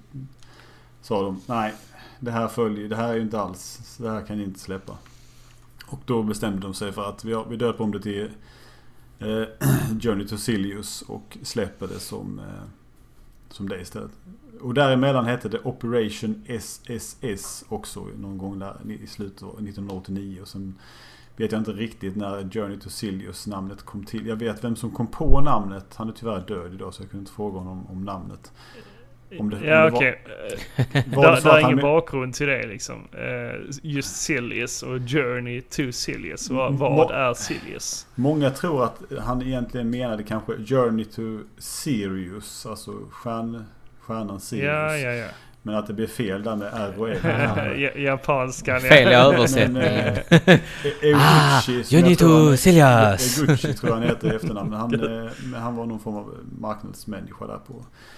sa de, nej, det här följer, det här är ju inte alls, det här kan ni inte släppa. Och då bestämde de sig för att vi, vi döpte om det till eh, Journey to Silius och släpper det som, eh, som det istället. Och däremellan hette det Operation S S S också någon gång där i slutet av nittonhundraåttionio. Och sen vet jag inte riktigt när Journey to Silius namnet kom till. Jag vet vem som kom på namnet. Han är tyvärr död idag så jag kunde inte fråga honom om namnet. Om det, ja, om det okej. var, var Där, det så där är att han ingen men- bakgrund till det liksom. Eh, Just Silius och Journey to Silius. Vad, Mm, vad må- är Silius? Många tror att han egentligen menade kanske Journey to Sirius, alltså stjärn, stjärnan Sirius. Ja, ja, ja. Men att det blev fel där med R och L. Ja, Japanskan. Fel ja. översättning. Men, eh, E- Eguchi, som Johnny jag tror han- to Silius. Eguchi tror jag han heter i efternamn. Men han, eh, men han var någon form av marknadsmänniska där på.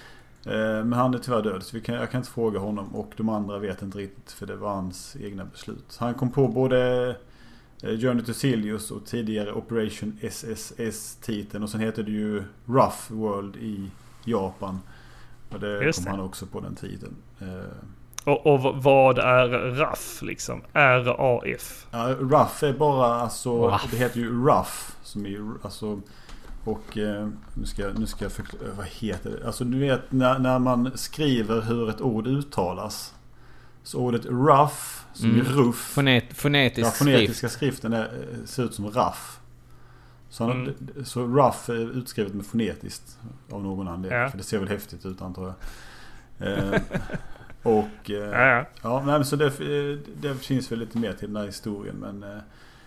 Eh, Men han är tyvärr död, så vi kan, jag kan inte fråga honom. Och de andra vet inte riktigt, för det var hans egna beslut. Han kom på både eh, Journey to Silius och tidigare Operation S S S-titeln. Och sen heter det ju Rough World i Japan. Och det Just kom det. han också på den tiden. Eh, Och, och vad är R A F liksom? R A F. Ja, rough är bara alltså, Rough. det heter ju rough som är alltså, och eh, nu ska jag, nu ska jag förklara, vad heter det? Alltså du vet när, när man skriver hur ett ord uttalas, så ordet rough som Mm. är ruff, Fonet, fonetisk ja, skrift. fonetiska skriften är, ser ut som raff. Så, han, Mm. så rough är utskrivet med fonetiskt av någon anledning, Ja. för det ser väl häftigt ut antar jag. Eh, och eh, Ja, ja. Ja, nej, men så det, det finns väl lite mer till den här historien, men eh,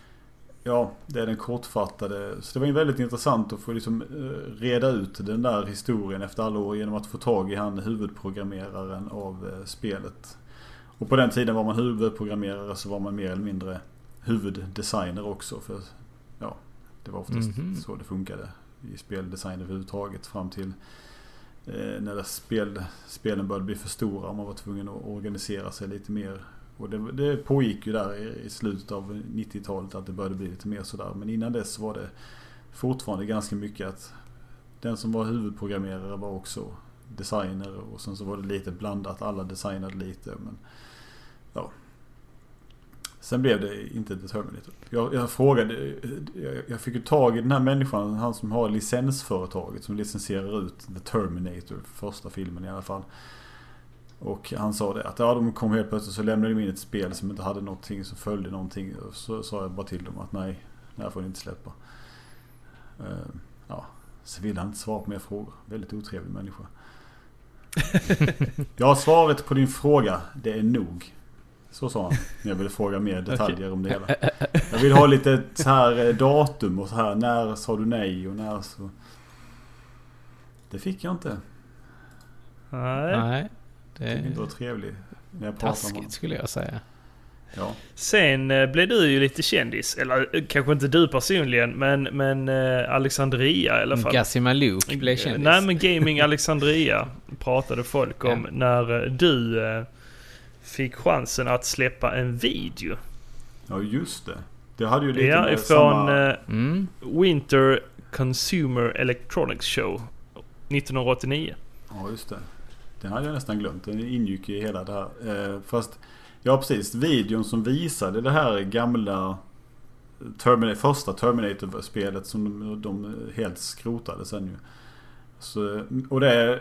ja, det är den kortfattade. Så det var ju väldigt intressant att få liksom eh, reda ut den där historien efter alla år genom att få tag i han huvudprogrammeraren av eh, spelet. Och på den tiden var man huvudprogrammerare, så var man mer eller mindre huvuddesigner också, för ja, det var oftast Mhm. så det funkade i speldesign överhuvudtaget fram till Eh, när det spel, spelen började bli för stora och man var tvungen att organisera sig lite mer. Och det, det pågick ju där i, i slutet av nittiotalet att det började bli lite mer sådär. Men innan dess var det fortfarande ganska mycket att den som var huvudprogrammerare var också designer, och sen så var det lite blandat, alla designade lite, men ja. Sen blev det inte The Terminator. Jag, jag frågade, jag, jag fick ju tag i den här människan, han som har licensföretaget som licensierar ut The Terminator, första filmen i alla fall. Och han sa det att ja, de kom helt plötsligt, så lämnade de in ett spel som inte hade någonting, som följde någonting. Och så sa jag bara till dem att nej, det här får ni inte släppa. Uh, ja, så vill han inte svara på mer frågor. Väldigt otrevlig människa. Jag har svaret på din fråga, det är nog. Så sa han. Jag ville fråga mer detaljer okay. om det hela. Jag vill ha lite så här datum och så här. När sa du nej och när så. Det fick jag inte. Nej. Nej. Det är inte var trevlig när jag pratar taskigt om skulle jag säga. Ja. Sen eh, blev du ju lite kändis. Eller eh, kanske inte du personligen, men, men eh, Alexandria i alla fall. Gassima Luke blev kändis. Nej, men Gaming Alexandria pratade folk om ja. när du eh, fick chansen att släppa en video. Ja, just det. Det hade ju lite ja, med från samma... eh, mm. Winter Consumer Electronics Show nittonhundraåttionio. Ja, just det. Den hade jag nästan glömt. Den ingick i hela det här. Eh, fast, ja precis. Videon som visade det här gamla Terminator, första Terminator-spelet som de, de helt skrotade sen ju. Så, och det är...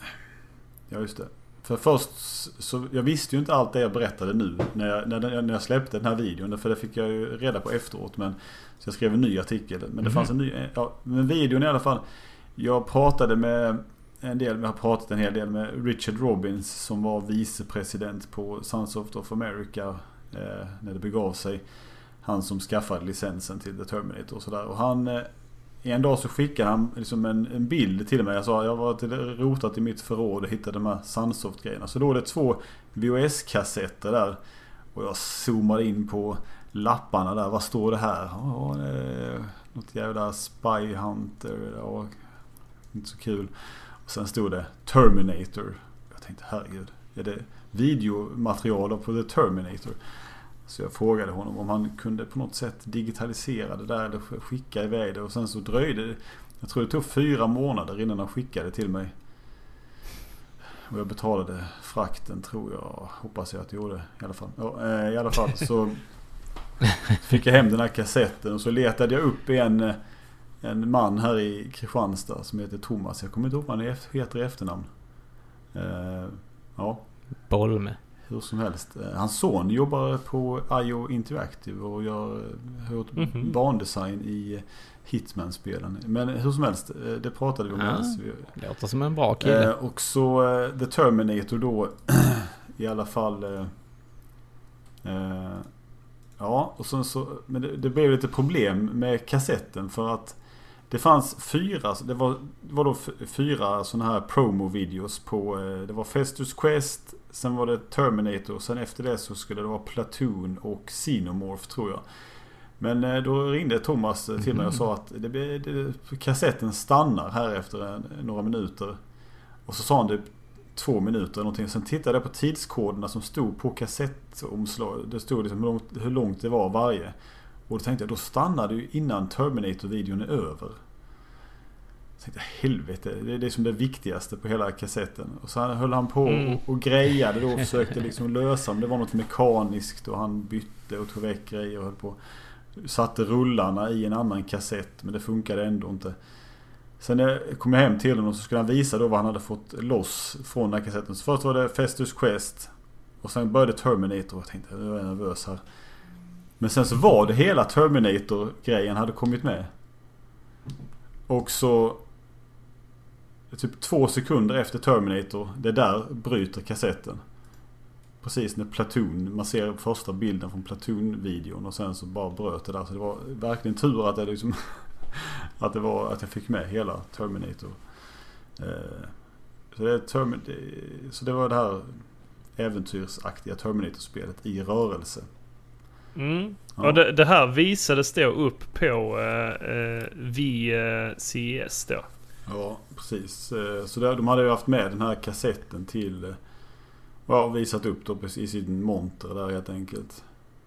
Ja, just det. För först så jag visste ju inte allt det jag berättade nu när jag, när, när jag släppte den här videon, för det fick jag ju reda på efteråt, men så jag skrev en ny artikel, men det mm-hmm. fanns en ny, ja, men videon i alla fall. Jag pratade med en del, jag har pratat en hel del med Richard Robbins som var vicepresident på Sons of America eh, när det begav sig. Han som skaffade licensen till The Terminator och sådär, och han eh, en dag så skickade han liksom en, en bild till mig. Jag sa, jag var till, rotat i mitt förråd och hittade de här Sunsoft-grejerna. Så då är det två V H S-kassetter där. Och jag zoomade in på lapparna där. Vad står det här? Ja, det är något jävla Spy Hunter. Ja, inte så kul. Och sen stod det Terminator. Jag tänkte, herregud, är det videomaterial på The Terminator? Så jag frågade honom om han kunde på något sätt digitalisera det där eller skicka iväg det. Och sen så dröjde det, jag tror det tog fyra månader innan han skickade till mig. Och jag betalade frakten, tror jag. Hoppas jag att jag gjorde i alla fall. Ja, eh, i alla fall så fick jag hem den här kassetten. Och så letade jag upp en, en man här i Kristianstad som heter Thomas. Jag kommer inte ihåg vad han heter i efternamn. Eh, ja. Bolme. hur som helst. Hans son jobbar på I O Interactive och gör hört mm-hmm. bandesign i Hitman-spelen. Men hur som helst, det pratade vi om. Ja, det låter som en bra kille. Eh, och så eh, The Terminator då i alla fall eh, eh, ja, och så, så men det, det blev lite problem med kassetten för att det fanns fyra, det var, det var då fyra sådana här promo-videos på, eh, det var Festus Quest, sen var det Terminator, sen efter det så skulle det vara Platoon och Xenomorph tror jag. Men eh, då ringde Thomas till mig och sa att det, det, kassetten stannar här efter en, några minuter. Och så sa han det två minuter eller någonting. Sen tittade jag på tidskoderna som stod på kassettomslag. Det stod liksom hur långt, hur långt det var varje. Och då tänkte jag, då stannade ju innan Terminator-videon är över. Så tänkte jag, helvete, det är det som det viktigaste på hela kassetten. Och så höll han på mm. och, och grejade då och försökte liksom lösa om det var något mekaniskt och han bytte och tog väck grejer och höll på. Satte rullarna i en annan kassett, men det funkade ändå inte. Sen kom jag hem till honom och så skulle han visa då vad han hade fått loss från den här kassetten. Så först var det Festus Quest och sen började Terminator och jag tänkte, jag är nervös här. Men sen så var det hela Terminator-grejen hade kommit med. Och så typ två sekunder efter Terminator, det där bryter kassetten. Precis när Platoon, man ser första bilden från Platoon-videon och sen så bara bröt det där. Så det var verkligen tur att det liksom att det var att jag fick med hela Terminator. Så det, Terminator, så det var det här äventyrsaktiga Terminator-spelet i rörelse. Mm. Ja. Och det, det här visades då upp på uh, V C S då. Ja, precis. Så där, de hade ju haft med den här kassetten till ja, visat upp då i sin monter där helt enkelt.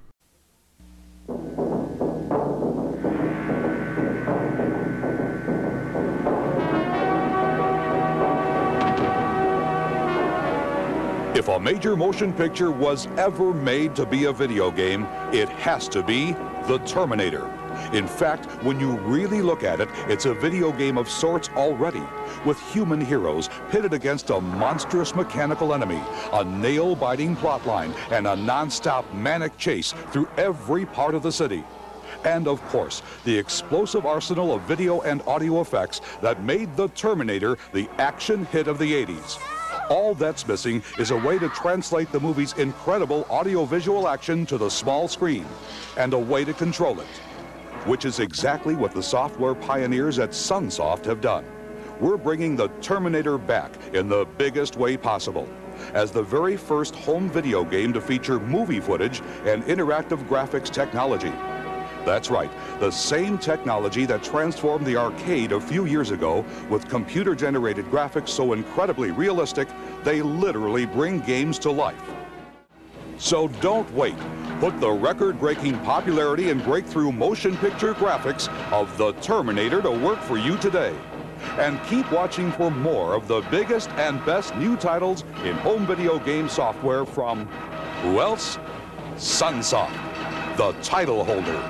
If a major motion picture was ever made to be a video game, it has to be The Terminator. In fact, when you really look at it, it's a video game of sorts already, with human heroes pitted against a monstrous mechanical enemy, a nail-biting plotline, and a non-stop manic chase through every part of the city. And of course, the explosive arsenal of video and audio effects that made The Terminator the action hit of the eighties. All that's missing is a way to translate the movie's incredible audio-visual action to the small screen, and a way to control it. Which is exactly what the software pioneers at Sunsoft have done. We're bringing the Terminator back in the biggest way possible, as the very first home video game to feature movie footage and interactive graphics technology. That's right, the same technology that transformed the arcade a few years ago with computer-generated graphics so incredibly realistic, they literally bring games to life. So don't wait. Put the record-breaking popularity and breakthrough motion picture graphics of The Terminator to work for you today. And keep watching for more of the biggest and best new titles in home video game software from, who else? Sunsoft, the title holder.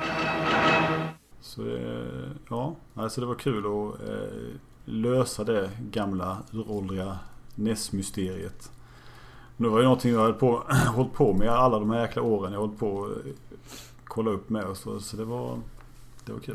Så ja, alltså det var kul att eh, lösa det gamla uråldriga N E S-mysteriet. Nu var det någonting jag höll på, hållit på med alla de här jäkla åren. Jag hållit på att kolla upp med oss. Så det var, det var kul.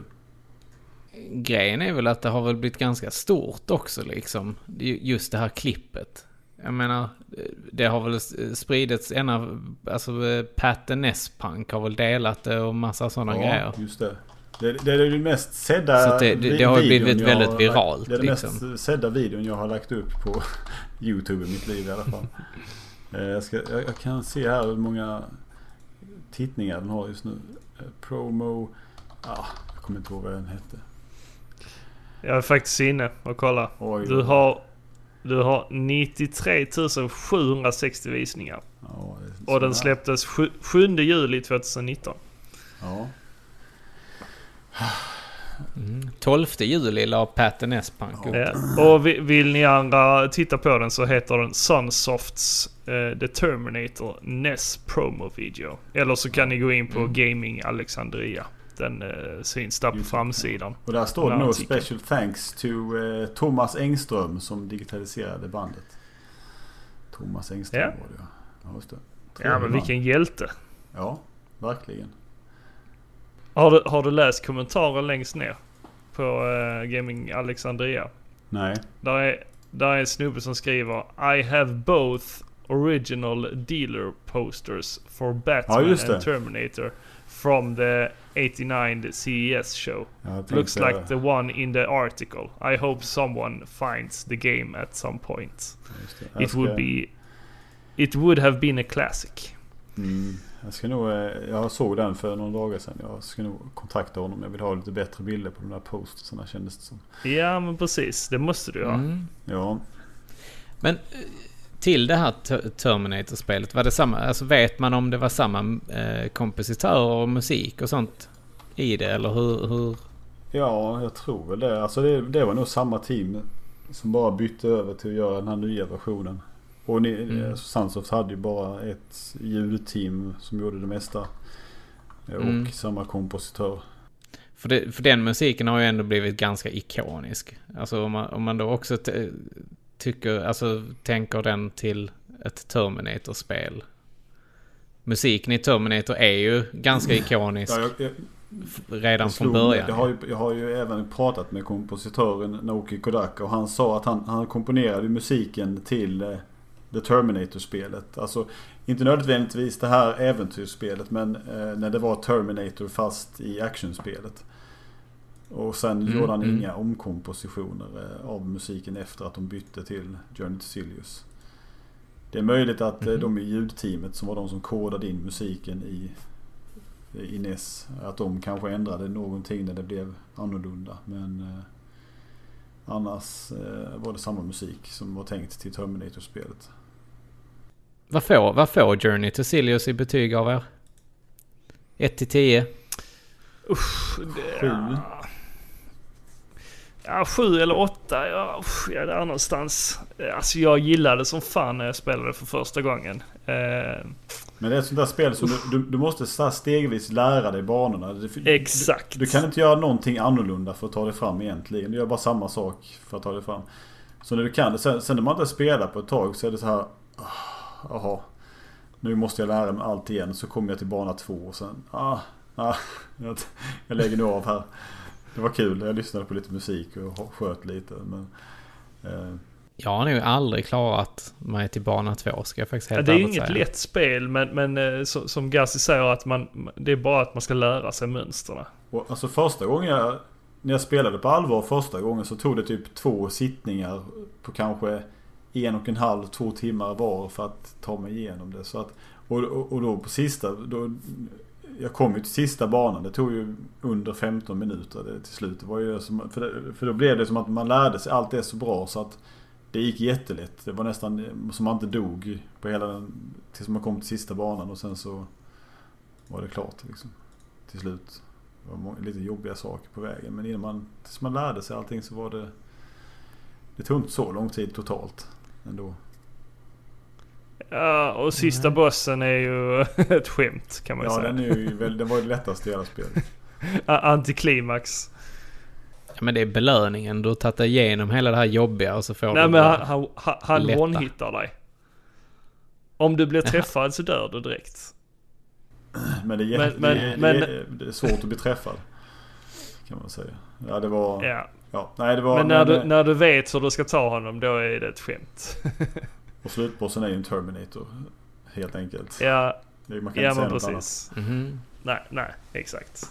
Grejen är väl att det har väl blivit ganska stort också liksom. Just det här klippet. Jag menar, det har väl spridits en av, alltså Pat the N E S-punk har väl delat det och massa sådana ja, grejer. Ja, just det. Det, det är den mest sedda Så det, det, det har blivit väldigt har, viralt. Det är den liksom. mest sedda videon jag har lagt upp på YouTube i mitt liv i alla fall. jag, ska, jag, jag kan se här hur många tittningar den har just nu. Promo, ah, jag kommer inte ihåg vad den hette. Jag är faktiskt inne och kolla. Oj, du har du har nittiotre tusen sjuhundrasextio visningar. Ja, och den släpptes sjunde juli tjugonitton. Ja. Mm. tolfte juli la Pat the N E S-punk upp. Ja. Och vill ni andra titta på den så heter den Sunsofts uh, The Terminator N E S promo video. Eller så kan ni gå in på mm. Gaming Alexandria. Den uh, syns där på framsidan. Och där står det nog special thanks to uh, Thomas Engström som digitaliserade bandet. Thomas Engström ja. var det ja. Ja, just det. Ja, men vilken hjälte. Ja, verkligen. Har du, har du läst kommentaren längst ner på uh, Gaming Alexandria? Nej. Där är, där är en snubbe som skriver I have both original dealer posters for Batman ja, and Terminator from the eighty-nine C E S show. Looks tänkte, like the one in the article. I hope someone finds the game at some point. It ska... would be It would have been a classic. Mm, jag ska nog jag såg den för några dagar sedan. Jag ska nog kontakta honom. Jag vill ha lite bättre bilder på de där posterna, kändes det som. Ja, men precis. Det måste du ha. Mm. Ja. Men till det här t- Terminator-spelet, var det samma, alltså vet man om det var samma eh, kompositörer och musik och sånt i det, eller hur, hur? Ja, jag tror väl det. Alltså det, det var nog samma team som bara bytte över till att göra den här nya versionen. Och ni, mm. Sunsoft hade ju bara ett ljudteam som gjorde det mesta. Och mm. samma kompositör. För, det, för den musiken har ju ändå blivit ganska ikonisk. Alltså om man, om man då också t- tycker, alltså tänker den till ett Terminator-spel. Musiken i Terminator är ju ganska ikonisk. Ja, jag, jag, redan från början. Jag har, ju, jag har ju även pratat med kompositören Naoki Kodaka och han sa att han, han komponerade musiken till eh, The Terminator-spelet. Alltså inte nödvändigtvis det här äventyrsspelet, men eh, när det var Terminator fast i actionspelet. Och sen mm, gjorde han mm. inga omkompositioner eh, av musiken efter att de bytte till Journey to Silius. Det är möjligt att mm. eh, de i ljudteamet som var de som kodade in musiken i i N E S, att de kanske ändrade någonting när det blev annorlunda, men eh, annars eh, var det samma musik som var tänkt till Terminator-spelet. Vad får, vad får Journey to Silius i betyg av er? ett till tio? Usch, det, sju. Ja, sju eller åtta. Ja, usch, ja, där någonstans. Alltså jag gillade som fan när jag spelade för första gången. Eh, Men det är ett sånt där spel som du, du, du måste stegvis lära dig banorna. Du, Exakt. Du, du kan inte göra någonting annorlunda för att ta dig fram egentligen. Du gör bara samma sak för att ta dig fram. Så när du kan det, sen, sen när man inte spelar på ett tag så är det så här, jaha, nu måste jag lära mig allt igen. Så kommer jag till bana två och sen, ah, ah jag, jag lägger nu av här. Det var kul, jag lyssnade på lite musik och sköt lite. Men, eh. Jag har nog aldrig klarat mig till bana två, ska jag faktiskt helt ja, det är ju inget säga. lätt spel, men, men så, som Gassi säger, att man, det är bara att man ska lära sig mönsterna. Och alltså första gången jag, när jag spelade på allvar första gången, så tog det typ två sittningar på kanske en och en halv, två timmar var för att ta mig igenom det. Så att, och, och, och då på sista, då, jag kom ju till sista banan, det tog ju under femton minuter det, till slut. Det var ju som, för, det, för då blev det som att man lärde sig allt det så bra så att det gick jättelätt. Det var nästan som man inte dog på hela den, tills man kom till sista banan, och sen så var det klart liksom, till slut. Det var många, lite jobbiga saker på vägen, men innan man, tills man lärde sig allting så var det, det tog inte så lång tid totalt ändå. Ja, och sista bossen är ju ett skämt, kan man ja, säga. Ja, den är ju väl, den var det lättaste i hela spelet. Antiklimax. Ja, men det är belöningen. Du har tagit igenom hela det här jobbiga och så får Nej, du men han, han, han lätta. one-hittar dig. Om du blir träffad så dör du direkt. Men det är, men, men, det, är, men, det, är, det är svårt att bli träffad, kan man säga. Ja, det var... Ja. Ja, nej, det var men när, men, du, när du vet hur du ska ta honom, då är det ett skämt. Och slutbossen är ju en Terminator, helt enkelt. Ja, det, man kan ja inte men säga precis. Mm-hmm. Nej, nej, exakt.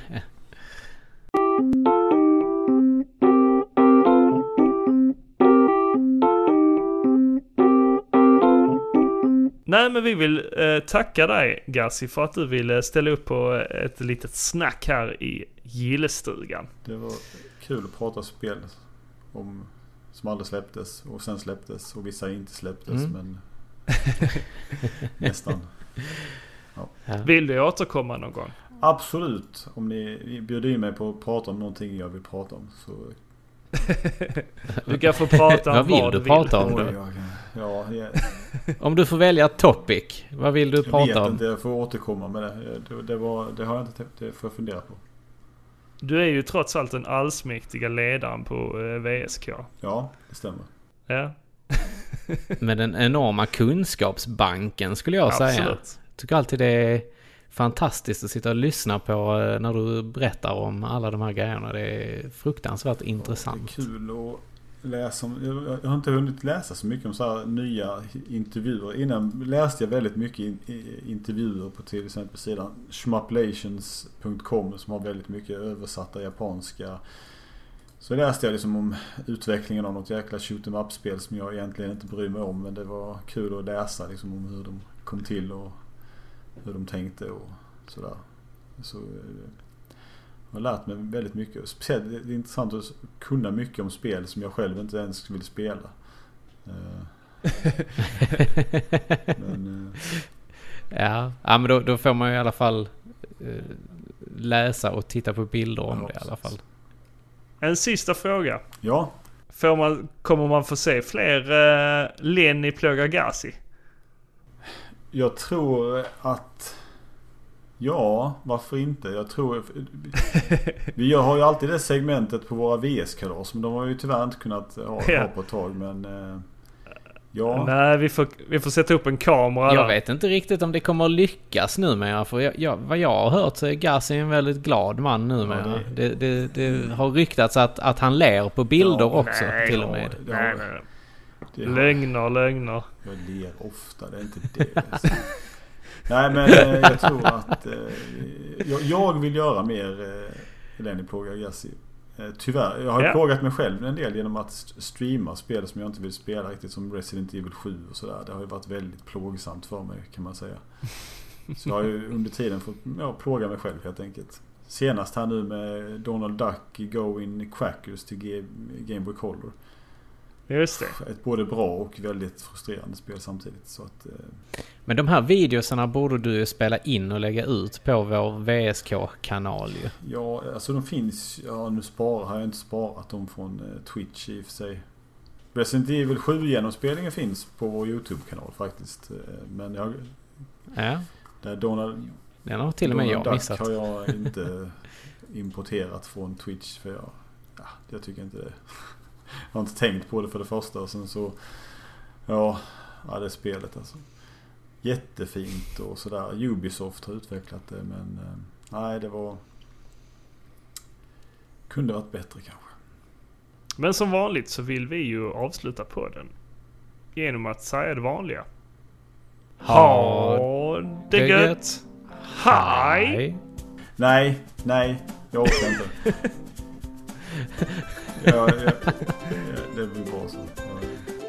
Nej, men vi vill eh, tacka dig, Gassi, för att du ville ställa upp på ett litet snack här i gillestugan. Det var kul att prata spel om, som aldrig släpptes och sen släpptes och vissa inte släpptes, mm. men nästan. Ja. Vill du återkomma någon gång? Absolut. Om ni bjuder in mig på att prata om någonting jag vill prata om, så... Du kan få prata om vad vill vad du vill. prata om då? Ja, ja, ja. Om du får välja ett topic, vad vill du jag prata vet om? Inte, jag får återkomma med det. Det, det, var, det har jag inte, det får jag fundera på. Du är ju trots allt den allsmäktiga ledaren på eh, V S K. Ja, det stämmer. Ja. med den enorma kunskapsbanken skulle jag säga. Absolut. Jag tycker alltid det är fantastiskt att sitta och lyssna på när du berättar om alla de här grejerna. Det är fruktansvärt intressant. Det är kul att läsa om, jag, jag har inte hunnit läsa så mycket om så här nya intervjuer. Innan läste jag väldigt mycket in, intervjuer på till exempel sidan schmapplations punkt com som har väldigt mycket översatta japanska. Så läste jag liksom om utvecklingen av något jäkla shoot 'em up-spel som jag egentligen inte bryr mig om, men det var kul att läsa liksom om hur de kom till och hur de tänkte och sådär. Så jag har lärt mig väldigt mycket. Speciellt det är intressant att kunna mycket om spel som jag själv inte ens vill spela. men, ja. ja, men då, då får man ju i alla fall uh, läsa och titta på bilder om ja, det i alla fall. En sista fråga. Ja. Får man, kommer man få se fler uh, Lenny Plögagasi? Jag tror att ja, varför inte? Jag tror vi har ju alltid det segmentet på våra V S-kalas, men de har ju tyvärr inte kunnat ha, ja. ha på ett tag, men eh, ja. Nej, vi får, vi får sätta upp en kamera. Jag där. vet inte riktigt om det kommer att lyckas nu med, för jag, jag, vad jag har hört så är Gassi en väldigt glad man nu med. Ja, det, det, det, det har ryktats att, att han ler på bilder Ja, också nej, till och ja, med. det har- Nej, nej, nej. det har- Lögner, lögner. Jag ler ofta, det är inte det. Nej, men eh, jag tror att eh, jag, jag vill göra mer eh, Lenny Plögagasi. Eh, tyvärr, jag har ju Ja. plågat mig själv en del genom att st- streama spel som jag inte vill spela riktigt, som Resident Evil sju och sådär. Det har ju varit väldigt plågsamt för mig, kan man säga. Så jag har ju under tiden fått ja, plåga mig själv helt enkelt. Senast här nu med Donald Duck Going Crackers till G- Game Boy Color. Just det. Ett både bra och väldigt frustrerande spel samtidigt. Så att, eh, Men de här videosarna borde du ju spela in och lägga ut på vår V S K-kanal ju. ja, alltså de finns. Ja, nu sparar, har jag inte sparat dem från eh, Twitch i och för sig. Resident Evil sju-genomspelningen finns på vår YouTube-kanal faktiskt. Eh, men jag, Ja, där Donald, den har till och med Donald jag Duck missat. har jag inte importerat från Twitch, för jag, ja, jag tycker inte det. Jag har inte tänkt på det för det första, och sen så ja, ja det spelet alltså. Jättefint och sådär. Ubisoft har utvecklat det, men eh, nej, det var kunde varit bättre kanske. Men som vanligt så vill vi ju avsluta på den genom att säga det vanliga. Ha det gött. Hej! Nej, nej, jag orkar inte. ja, ja, ja, det blir bra så. Ja.